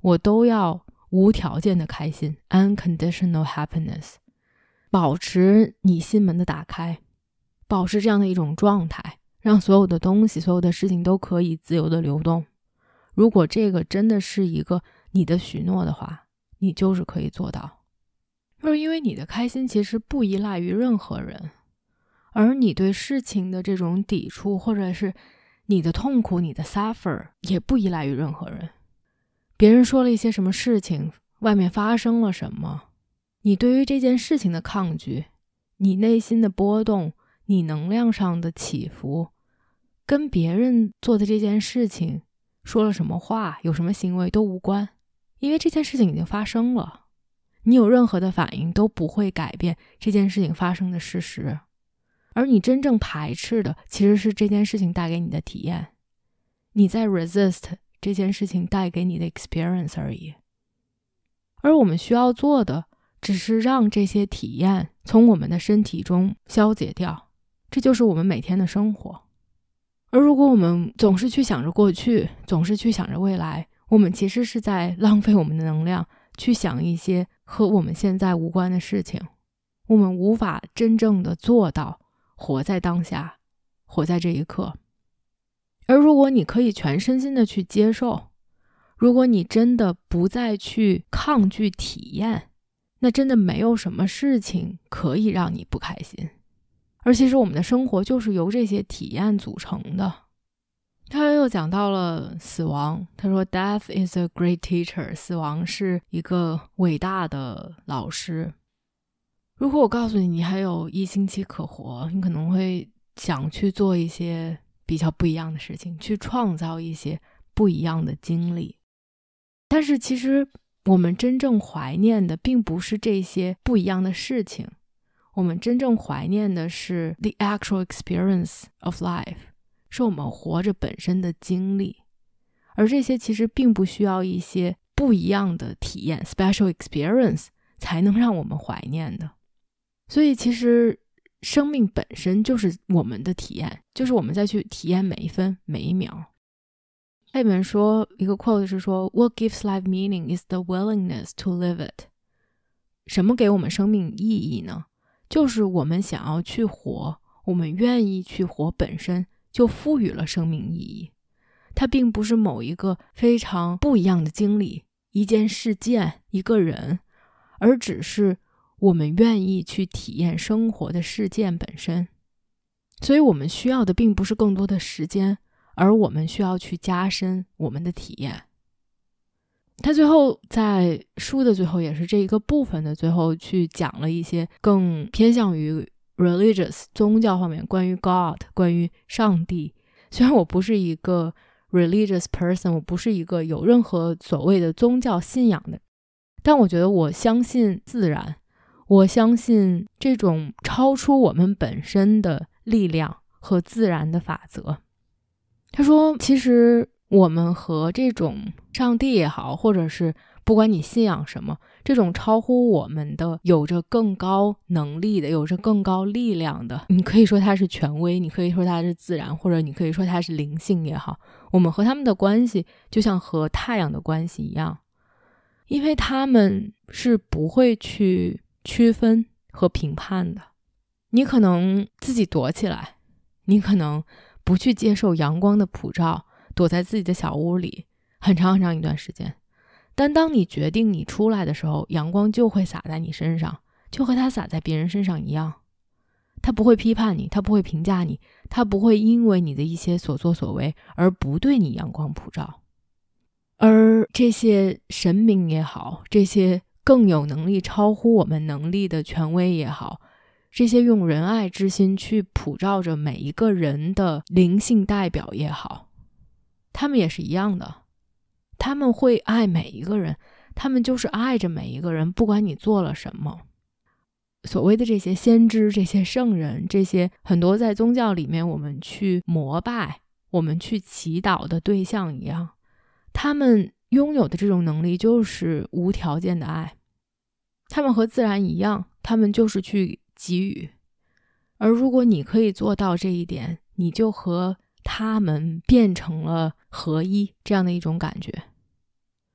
我都要无条件的开心 unconditional happiness， 保持你心门的打开，保持这样的一种状态，让所有的东西所有的事情都可以自由的流动。如果这个真的是一个你的许诺的话，你就是可以做到。就是因为你的开心其实不依赖于任何人，而你对事情的这种抵触，或者是你的痛苦，你的 suffer 也不依赖于任何人。别人说了一些什么事情，外面发生了什么，你对于这件事情的抗拒，你内心的波动，你能量上的起伏，跟别人做的这件事情说了什么话，有什么行为都无关，因为这件事情已经发生了，你有任何的反应都不会改变这件事情发生的事实。而你真正排斥的其实是这件事情带给你的体验，你在 resist 这件事情带给你的 experience 而已。而我们需要做的只是让这些体验从我们的身体中消解掉，这就是我们每天的生活。而如果我们总是去想着过去，总是去想着未来，我们其实是在浪费我们的能量去想一些和我们现在无关的事情，我们无法真正的做到活在当下，活在这一刻。而如果你可以全身心的去接受，如果你真的不再去抗拒体验，那真的没有什么事情可以让你不开心。而其实我们的生活就是由这些体验组成的。他又讲到了死亡，他说 Death is a great teacher， 死亡是一个伟大的老师。如果我告诉你你还有1星期可活，你可能会想去做一些比较不一样的事情，去创造一些不一样的经历。但是其实我们真正怀念的并不是这些不一样的事情，我们真正怀念的是 the actual experience of life， 是我们活着本身的经历。而这些其实并不需要一些不一样的体验 special experience 才能让我们怀念的。所以其实生命本身就是我们的体验，就是我们再去体验每一分每一秒。它里面说一个 quote 是说 What gives life meaning is the willingness to live it。 什么给我们生命意义呢？就是我们想要去活，我们愿意去活本身就赋予了生命意义。它并不是某一个非常不一样的经历，一件事件，一个人，而只是我们愿意去体验生活的事件本身。所以我们需要的并不是更多的时间，而我们需要去加深我们的体验。他最后在书的最后，也是这一个部分的最后，去讲了一些更偏向于 religious 宗教方面，关于 God， 关于上帝。虽然我不是一个 religious person， 我不是一个有任何所谓的宗教信仰的，但我觉得我相信自然，我相信这种超出我们本身的力量和自然的法则。他说其实我们和这种上帝也好，或者是不管你信仰什么，这种超乎我们的有着更高能力的有着更高力量的，你可以说它是权威，你可以说它是自然，或者你可以说它是灵性也好，我们和他们的关系就像和太阳的关系一样，因为他们是不会去区分和评判的。你可能自己躲起来，你可能不去接受阳光的普照，躲在自己的小屋里很长很长一段时间，但当你决定你出来的时候，阳光就会洒在你身上，就和它洒在别人身上一样。他不会批判你，他不会评价你，他不会因为你的一些所作所为而不对你阳光普照。而这些神明也好，这些更有能力超乎我们能力的权威也好，这些用仁爱之心去普照着每一个人的灵性代表也好，他们也是一样的，他们会爱每一个人，他们就是爱着每一个人，不管你做了什么。所谓的这些先知，这些圣人，这些很多在宗教里面我们去膜拜，我们去祈祷的对象一样，他们拥有的这种能力就是无条件的爱。他们和自然一样，他们就是去给予。而如果你可以做到这一点，你就和他们变成了合一，这样的一种感觉。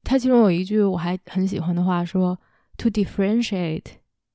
它其中有一句我还很喜欢的话说 To differentiate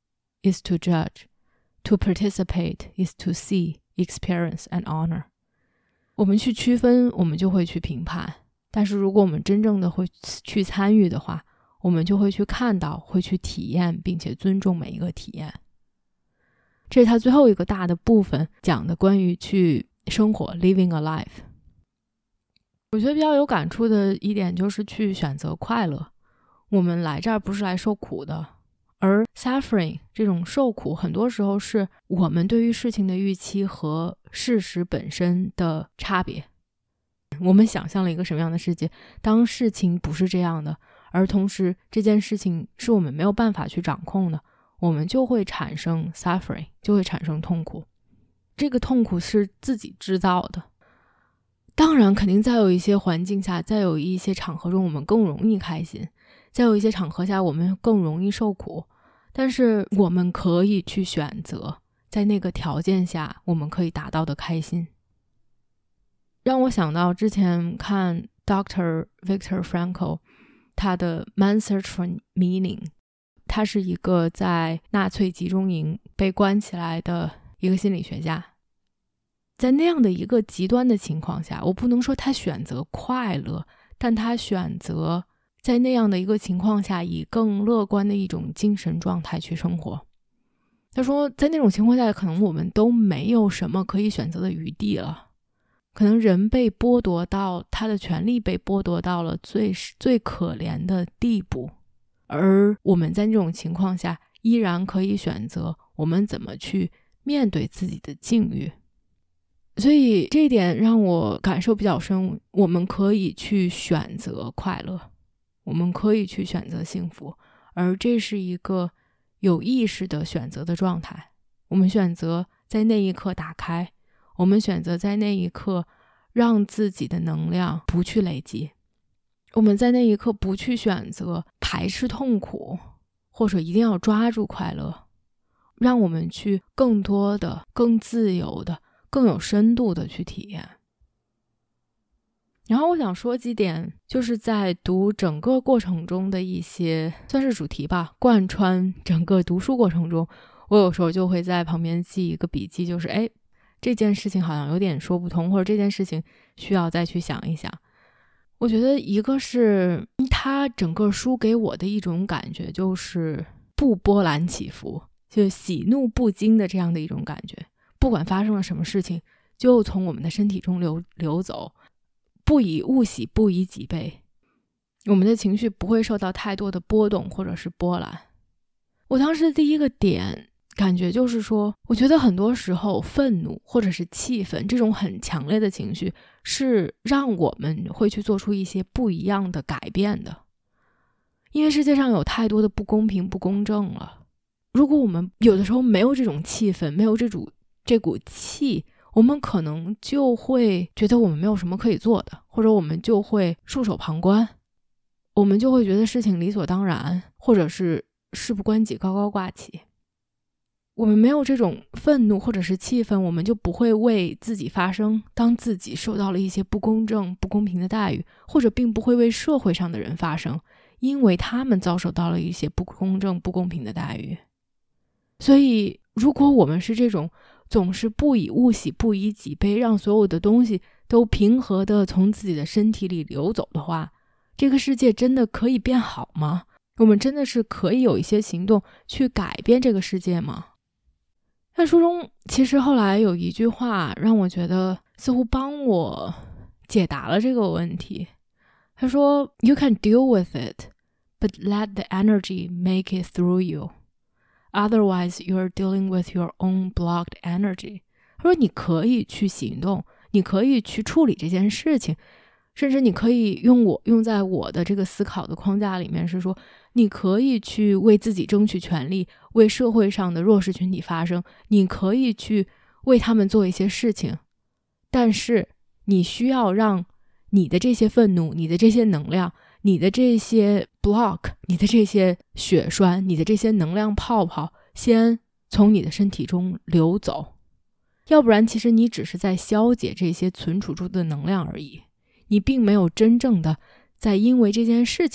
is to judge, to participate is to see, experience and honor。 我们去区分，我们就会去评判，但是如果我们真正的会去参与的话，我们就会去看到，会去体验，并且尊重每一个体验。这是他最后一个大的部分讲的关于去生活 living a life。 我觉得比较有感触的一点就是去选择快乐。我们来这儿不是来受苦的，而 suffering 这种受苦很多时候是我们对于事情的预期和事实本身的差别。我们想象了一个什么样的世界，当事情不是这样的，而同时这件事情是我们没有办法去掌控的，我们就会产生 suffering， 就会产生痛苦。这个痛苦是自己制造的。当然肯定在有一些环境下，在有一些场合中我们更容易开心，在有一些场合下我们更容易受苦，但是我们可以去选择在那个条件下我们可以达到的开心。让我想到之前看 Dr. Viktor Frankl 他的 Man Search for Meaning， 他是一个在纳粹集中营被关起来的一个心理学家。在那样的一个极端的情况下，我不能说他选择快乐，但他选择在那样的一个情况下以更乐观的一种精神状态去生活。他说在那种情况下可能我们都没有什么可以选择的余地了，可能人被剥夺到他的权利被剥夺到了最可怜的地步，而我们在那种情况下依然可以选择我们怎么去面对自己的境遇。所以这一点让我感受比较深，我们可以去选择快乐，我们可以去选择幸福，而这是一个有意识的选择的状态。我们选择在那一刻打开，我们选择在那一刻让自己的能量不去累积，我们在那一刻不去选择排斥痛苦，或者一定要抓住快乐，让我们去更多的更自由的更有深度的去体验。然后我想说几点，就是在读整个过程中的一些算是主题吧，贯穿整个读书过程中，我有时候就会在旁边记一个笔记，就是这件事情好像有点说不通，或者这件事情需要再去想一想。我觉得一个是他整个书给我的一种感觉就是不波澜起伏，就喜怒不惊的这样的一种感觉，不管发生了什么事情就从我们的身体中流走，不以物喜，不以己悲，我们的情绪不会受到太多的波动或者是波澜。我当时的第一个点感觉就是说，我觉得很多时候愤怒或者是气愤这种很强烈的情绪是让我们会去做出一些不一样的改变的，因为世界上有太多的不公平不公正了。如果我们有的时候没有这种气氛，没有这股气，我们可能就会觉得我们没有什么可以做的，或者我们就会束手旁观，我们就会觉得事情理所当然，或者是事不关己高高挂起。我们没有这种愤怒或者是气愤，我们就不会为自己发声，当自己受到了一些不公正不公平的待遇，或者并不会为社会上的人发声，因为他们遭受到了一些不公正不公平的待遇。所以如果我们是这种总是不以物喜不以己悲，让所有的东西都平和的从自己的身体里流走的话，这个世界真的可以变好吗？我们真的是可以有一些行动去改变这个世界吗？在书中其实后来有一句话让我觉得似乎帮我解答了这个问题。他说 You can deal with it, but let the energy make it through you. Otherwise, you're dealing with your own blocked energy. 他说你可以去行动，你可以去处理这件事情，甚至你可以用在我的这个思考的框架里面，是说你可以去为自己争取权利，为社会上的弱势群体发声，你可以去为他们做一些事情，但是你需要让你的这些愤怒，你的这些能量，你的这些 block， 你的这些血栓，你的这些能量泡泡先从你的身体中流走，要不然其实你只是在消解这些存储住的能量而已，你并没有真正的在因为这件事情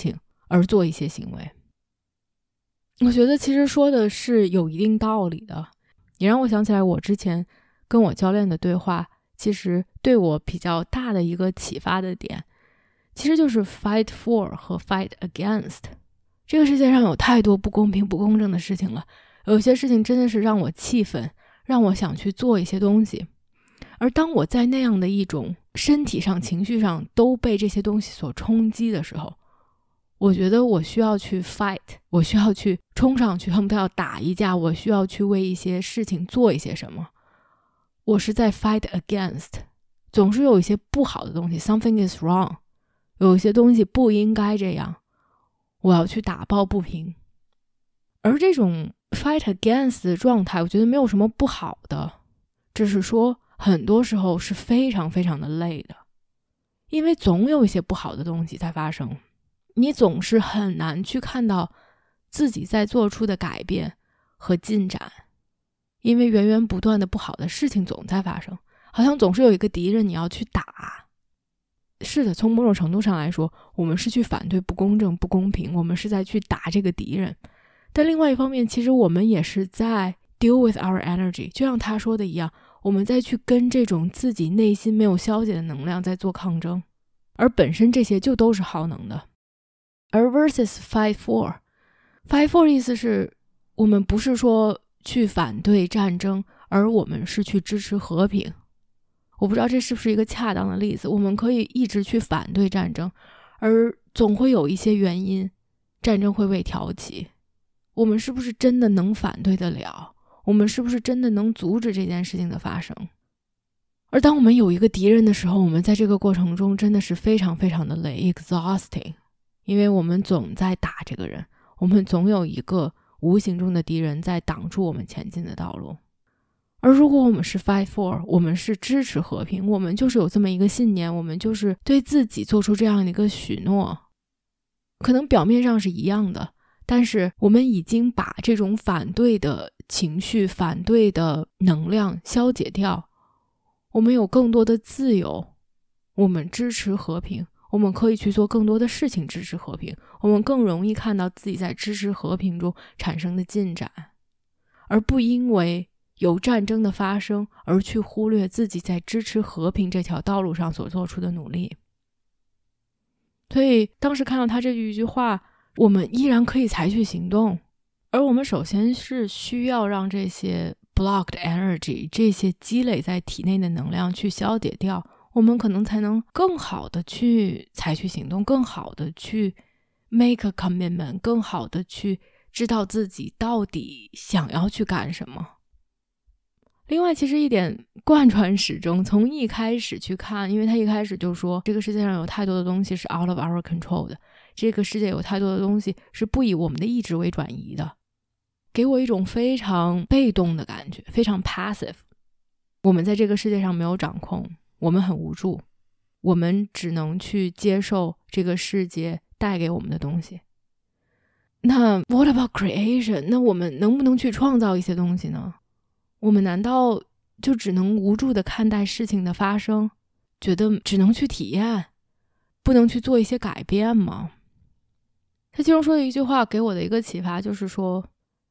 而做一些行为。我觉得其实说的是有一定道理的，也让我想起来我之前跟我教练的对话，其实对我比较大的一个启发的点，其实就是 fight for 和 fight against。 这个世界上有太多不公平不公正的事情了，有些事情真的是让我气愤，让我想去做一些东西。而当我在那样的一种身体上情绪上都被这些东西所冲击的时候，我觉得我需要去 fight， 我需要去冲上去，恨不得要打一架，我需要去为一些事情做一些什么。我是在 fight against， 总是有一些不好的东西， something is wrong， 有一些东西不应该这样，我要去打抱不平。而这种 fight against 的状态，我觉得没有什么不好的，只是说很多时候是非常非常的累的，因为总有一些不好的东西在发生，你总是很难去看到自己在做出的改变和进展，因为源源不断的不好的事情总在发生，好像总是有一个敌人你要去打。是的，从某种程度上来说，我们是去反对不公正不公平，我们是在去打这个敌人，但另外一方面其实我们也是在 deal with our energy， 就像他说的一样，我们在去跟这种自己内心没有消解的能量在做抗争，而本身这些就都是耗能的。而 versus fight for 意思是我们不是说去反对战争，而我们是去支持和平。我不知道这是不是一个恰当的例子，我们可以一直去反对战争，而总会有一些原因战争会被挑起，我们是不是真的能反对得了？我们是不是真的能阻止这件事情的发生？而当我们有一个敌人的时候，我们在这个过程中真的是非常非常的累 exhausting， 因为我们总在打这个人，我们总有一个无形中的敌人在挡住我们前进的道路。而如果我们是 fight for， 我们是支持和平，我们就是有这么一个信念，我们就是对自己做出这样的一个许诺，可能表面上是一样的，但是我们已经把这种反对的情绪、反对的能量消解掉，我们有更多的自由，我们支持和平，我们可以去做更多的事情支持和平，我们更容易看到自己在支持和平中产生的进展，而不因为有战争的发生而去忽略自己在支持和平这条道路上所做出的努力。所以当时看到他这一句话，我们依然可以采取行动，而我们首先是需要让这些 blocked energy， 这些积累在体内的能量去消解掉，我们可能才能更好的去采取行动，更好的去 make a commitment， 更好的去知道自己到底想要去干什么。另外其实一点贯穿始终，从一开始去看，因为他一开始就说这个世界上有太多的东西是 out of our control 的，这个世界有太多的东西是不以我们的意志为转移的，给我一种非常被动的感觉，非常 passive。 我们在这个世界上没有掌控，我们很无助，我们只能去接受这个世界带给我们的东西。那 what about creation？ 那我们能不能去创造一些东西呢？我们难道就只能无助地看待事情的发生，觉得只能去体验，不能去做一些改变吗？他其中说的一句话给我的一个启发就是说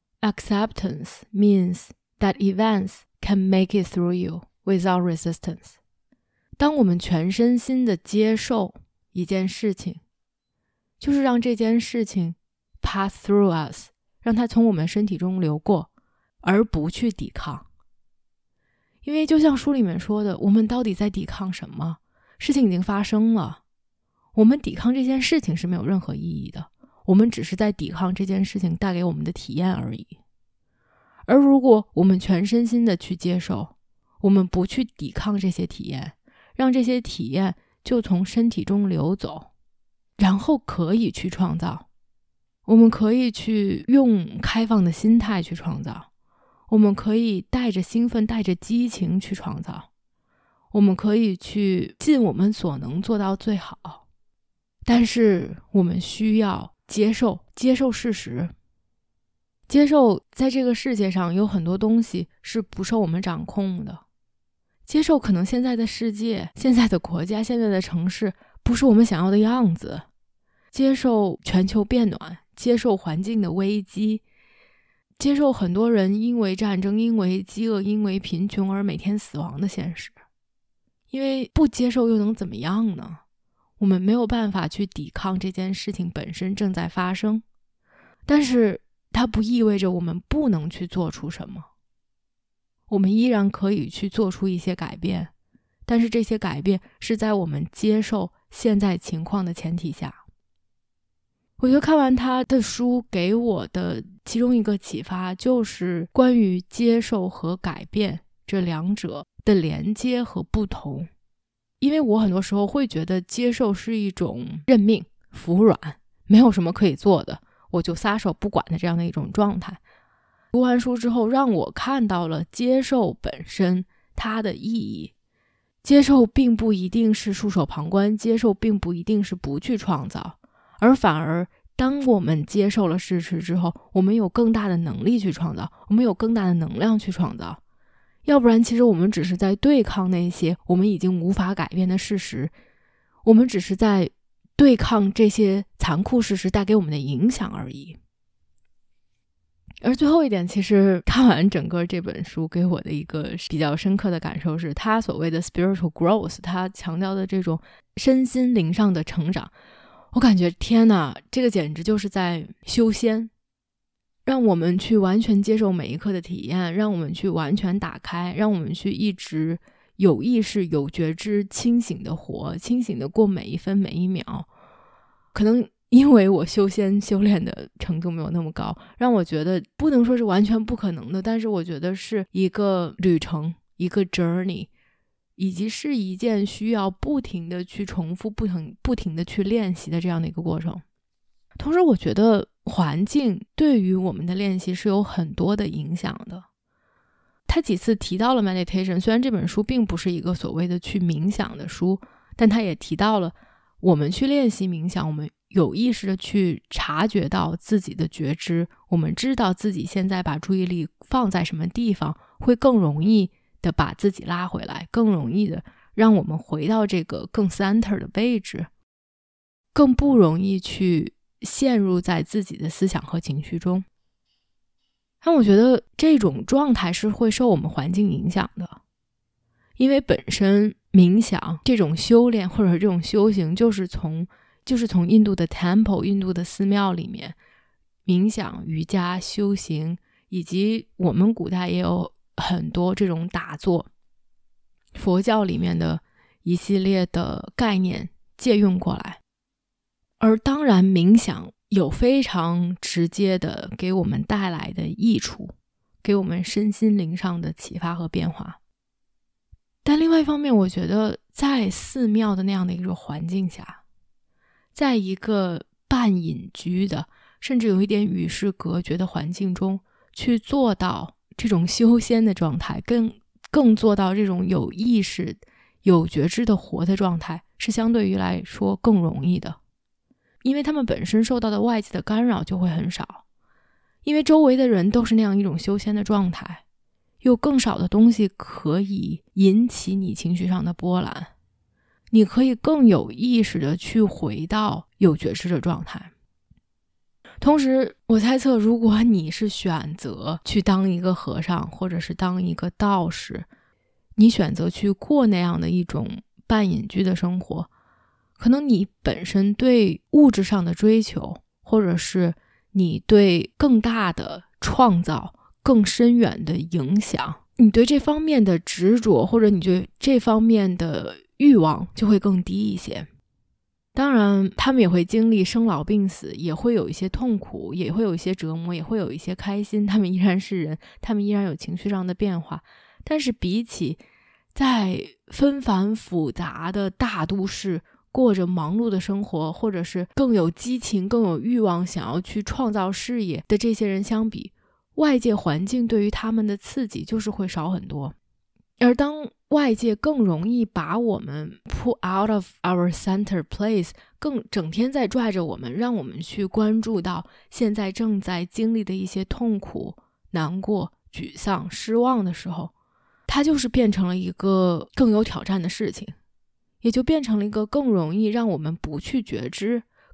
Acceptance means that events can make it through you without resistance。 当我们全身心地接受一件事情，就是让这件事情 pass through us， 让它从我们身体中流过，而不去抵抗。因为就像书里面说的，我们到底在抵抗什么？事情已经发生了，我们抵抗这件事情是没有任何意义的，我们只是在抵抗这件事情带给我们的体验而已。而如果我们全身心的去接受，我们不去抵抗这些体验，让这些体验就从身体中流走，然后可以去创造，我们可以去用开放的心态去创造，我们可以带着兴奋带着激情去创造，我们可以去尽我们所能做到最好。但是我们需要接受事实，接受在这个世界上有很多东西是不受我们掌控的，接受可能现在的世界、现在的国家、现在的城市不是我们想要的样子， 接受全球变暖，接受环境的危机，接受很多人因为战争、因为饥饿、因为贫穷而每天死亡的现实。因为不接受又能怎么样呢？我们没有办法去抵抗这件事情本身正在发生，但是它不意味着我们不能去做出什么。我们依然可以去做出一些改变，但是这些改变是在我们接受现在情况的前提下。我觉得看完他的书给我的其中一个启发，就是关于接受和改变这两者的连接和不同。因为我很多时候会觉得接受是一种认命、服软，没有什么可以做的，我就撒手不管的这样的一种状态。读完书之后，让我看到了接受本身它的意义。接受并不一定是束手旁观，接受并不一定是不去创造，而反而当我们接受了事实之后，我们有更大的能力去创造，我们有更大的能量去创造。要不然其实我们只是在对抗那些我们已经无法改变的事实，我们只是在对抗这些残酷事实带给我们的影响而已。而最后一点，其实看完整个这本书给我的一个比较深刻的感受是，他所谓的 spiritual growth， 他强调的这种身心灵上的成长，我感觉天哪，这个简直就是在修仙，让我们去完全接受每一刻的体验，让我们去完全打开，让我们去一直有意识、有觉知、清醒的活，清醒的过每一分每一秒。可能因为我修仙修炼的程度没有那么高，让我觉得不能说是完全不可能的，但是我觉得是一个旅程，一个 journey， 以及是一件需要不停的去重复、不停的去练习的这样的一个过程。同时我觉得环境对于我们的练习是有很多的影响的。他几次提到了 meditation， 虽然这本书并不是一个所谓的去冥想的书，但他也提到了我们去练习冥想，我们有意识的去察觉到自己的觉知，我们知道自己现在把注意力放在什么地方，会更容易的把自己拉回来，更容易的让我们回到这个更 center 的位置，更不容易去陷入在自己的思想和情绪中。但我觉得这种状态是会受我们环境影响的，因为本身冥想这种修炼或者这种修行就是从印度的 temple， 印度的寺庙里面，冥想、瑜伽、修行，以及我们古代也有很多这种打坐，佛教里面的一系列的概念借用过来。而当然冥想有非常直接的给我们带来的益处，给我们身心灵上的启发和变化。但另外一方面，我觉得在寺庙的那样的一个环境下，在一个半隐居的甚至有一点与世隔绝的环境中，去做到这种修仙的状态，更做到这种有意识有觉知的活的状态，是相对于来说更容易的。因为他们本身受到的外界的干扰就会很少，因为周围的人都是那样一种修仙的状态，有更少的东西可以引起你情绪上的波澜，你可以更有意识的去回到有觉知的状态。同时我猜测，如果你是选择去当一个和尚或者是当一个道士，你选择去过那样的一种半隐居的生活，可能你本身对物质上的追求，或者是你对更大的创造、更深远的影响，你对这方面的执着，或者你对这方面的欲望就会更低一些。当然他们也会经历生老病死，也会有一些痛苦，也会有一些折磨，也会有一些开心，他们依然是人，他们依然有情绪上的变化。但是比起在纷繁复杂的大都市过着忙碌的生活，或者是更有激情、更有欲望想要去创造事业的这些人相比，外界环境对于他们的刺激就是会少很多。而当外界更容易把我们 pull out of our center place， 更整天在拽着我们，让我们去关注到现在正在经历的一些痛苦、难过、沮丧、失望的时候，它就是变成了一个更有挑战的事情，也就变成了一个更容易让我们不去觉知、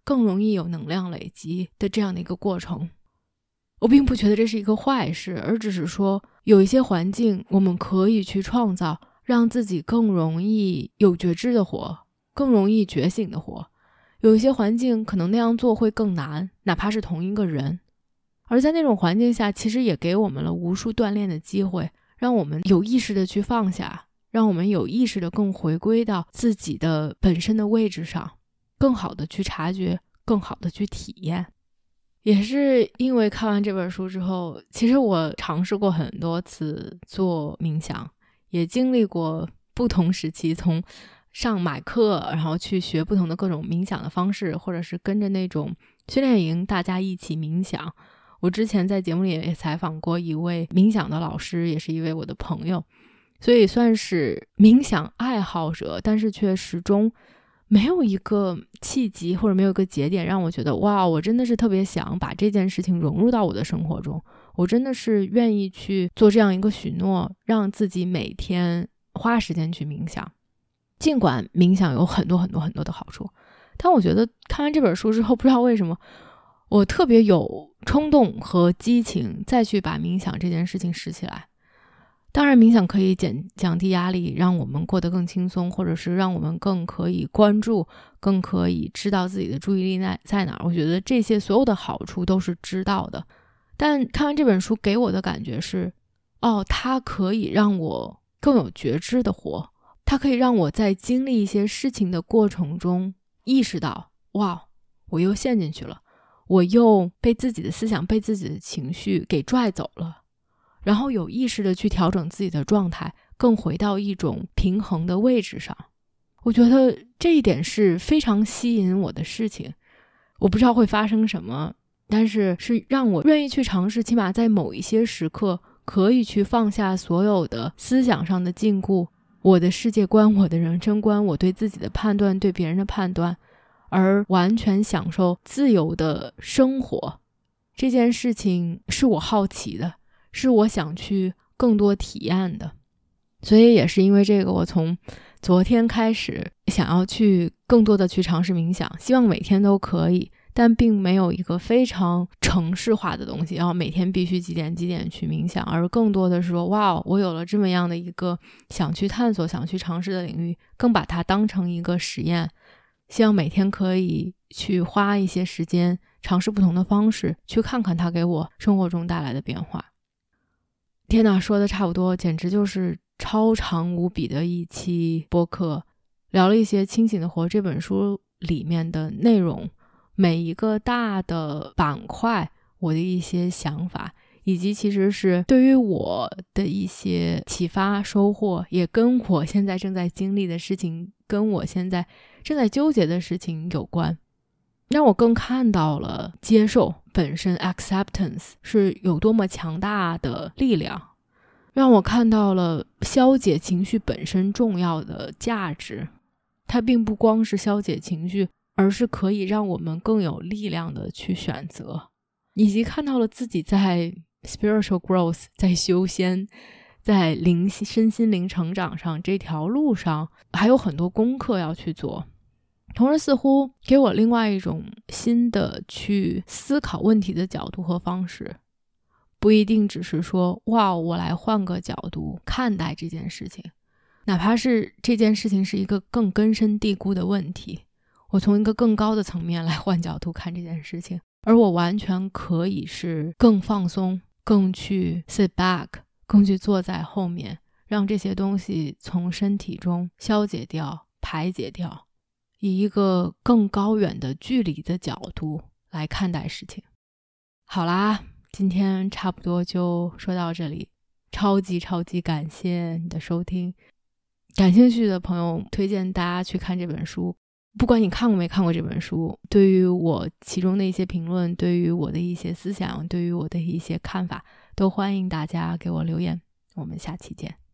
更容易有能量累积的这样的一个过程。我并不觉得这是一个坏事，而只是说有一些环境我们可以去创造，让自己更容易有觉知的活，更容易觉醒的活。有一些环境可能那样做会更难，哪怕是同一个人。而在那种环境下，其实也给我们了无数锻炼的机会，让我们有意识的去放下，让我们有意识的更回归到自己的本身的位置上，更好的去察觉，更好的去体验。也是因为看完这本书之后，其实我尝试过很多次做冥想，也经历过不同时期，从上买课，然后去学不同的各种冥想的方式，或者是跟着那种训练营大家一起冥想。我之前在节目里也采访过一位冥想的老师，也是一位我的朋友，所以算是冥想爱好者，但是却始终没有一个契机或者没有一个节点让我觉得哇，我真的是特别想把这件事情融入到我的生活中，我真的是愿意去做这样一个许诺，让自己每天花时间去冥想。尽管冥想有很多很多很多的好处，但我觉得看完这本书之后，不知道为什么我特别有冲动和激情再去把冥想这件事情拾起来。当然冥想可以降低压力，让我们过得更轻松，或者是让我们更可以关注，更可以知道自己的注意力在哪儿。我觉得这些所有的好处都是知道的，但看完这本书给我的感觉是，它可以让我更有觉知的活，它可以让我在经历一些事情的过程中意识到，哇，我又陷进去了，我又被自己的思想被自己的情绪给拽走了，然后有意识的去调整自己的状态，更回到一种平衡的位置上。我觉得这一点是非常吸引我的事情，我不知道会发生什么，但是让我愿意去尝试，起码在某一些时刻可以去放下所有的思想上的禁锢，我的世界观，我的人生观，我对自己的判断，对别人的判断，而完全享受自由的生活。这件事情是我好奇的，是我想去更多体验的。所以也是因为这个，我从昨天开始想要去更多的去尝试冥想，希望每天都可以，但并没有一个非常程式化的东西，然后每天必须几点去冥想，而更多的是说，哇，我有了这么样的一个想去探索、想去尝试的领域，更把它当成一个实验，希望每天可以去花一些时间尝试不同的方式，去看看它给我生活中带来的变化。天哪，说的差不多，简直就是超长无比的一期播客，聊了一些《清醒的活》这本书里面的内容，每一个大的板块，我的一些想法，以及其实是对于我的一些启发收获，也跟我现在正在经历的事情，跟我现在正在纠结的事情有关，让我更看到了接受本身 acceptance 是有多么强大的力量，让我看到了消解情绪本身重要的价值，它并不光是消解情绪，而是可以让我们更有力量的去选择，以及看到了自己在 spiritual growth 在修仙，在身心灵成长上这条路上还有很多功课要去做，同时似乎给我另外一种新的去思考问题的角度和方式，不一定只是说哇，我来换个角度看待这件事情，哪怕是这件事情是一个更根深蒂固的问题，我从一个更高的层面来换角度看这件事情，而我完全可以是更放松，更去 sit back， 更去坐在后面，让这些东西从身体中消解掉，排解掉，以一个更高远的距离的角度来看待事情。好啦，今天差不多就说到这里，超级感谢你的收听。感兴趣的朋友推荐大家去看这本书，不管你看过没看过这本书，对于我其中的一些评论，对于我的一些思想，对于我的一些看法，都欢迎大家给我留言。我们下期见。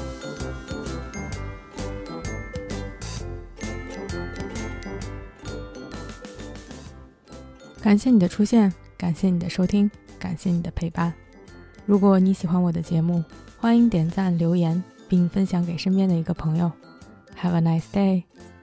感谢你的出现，感谢你的收听，感谢你的陪伴。如果你喜欢我的节目，欢迎点赞留言并分享给身边的一个朋友。Have a nice day.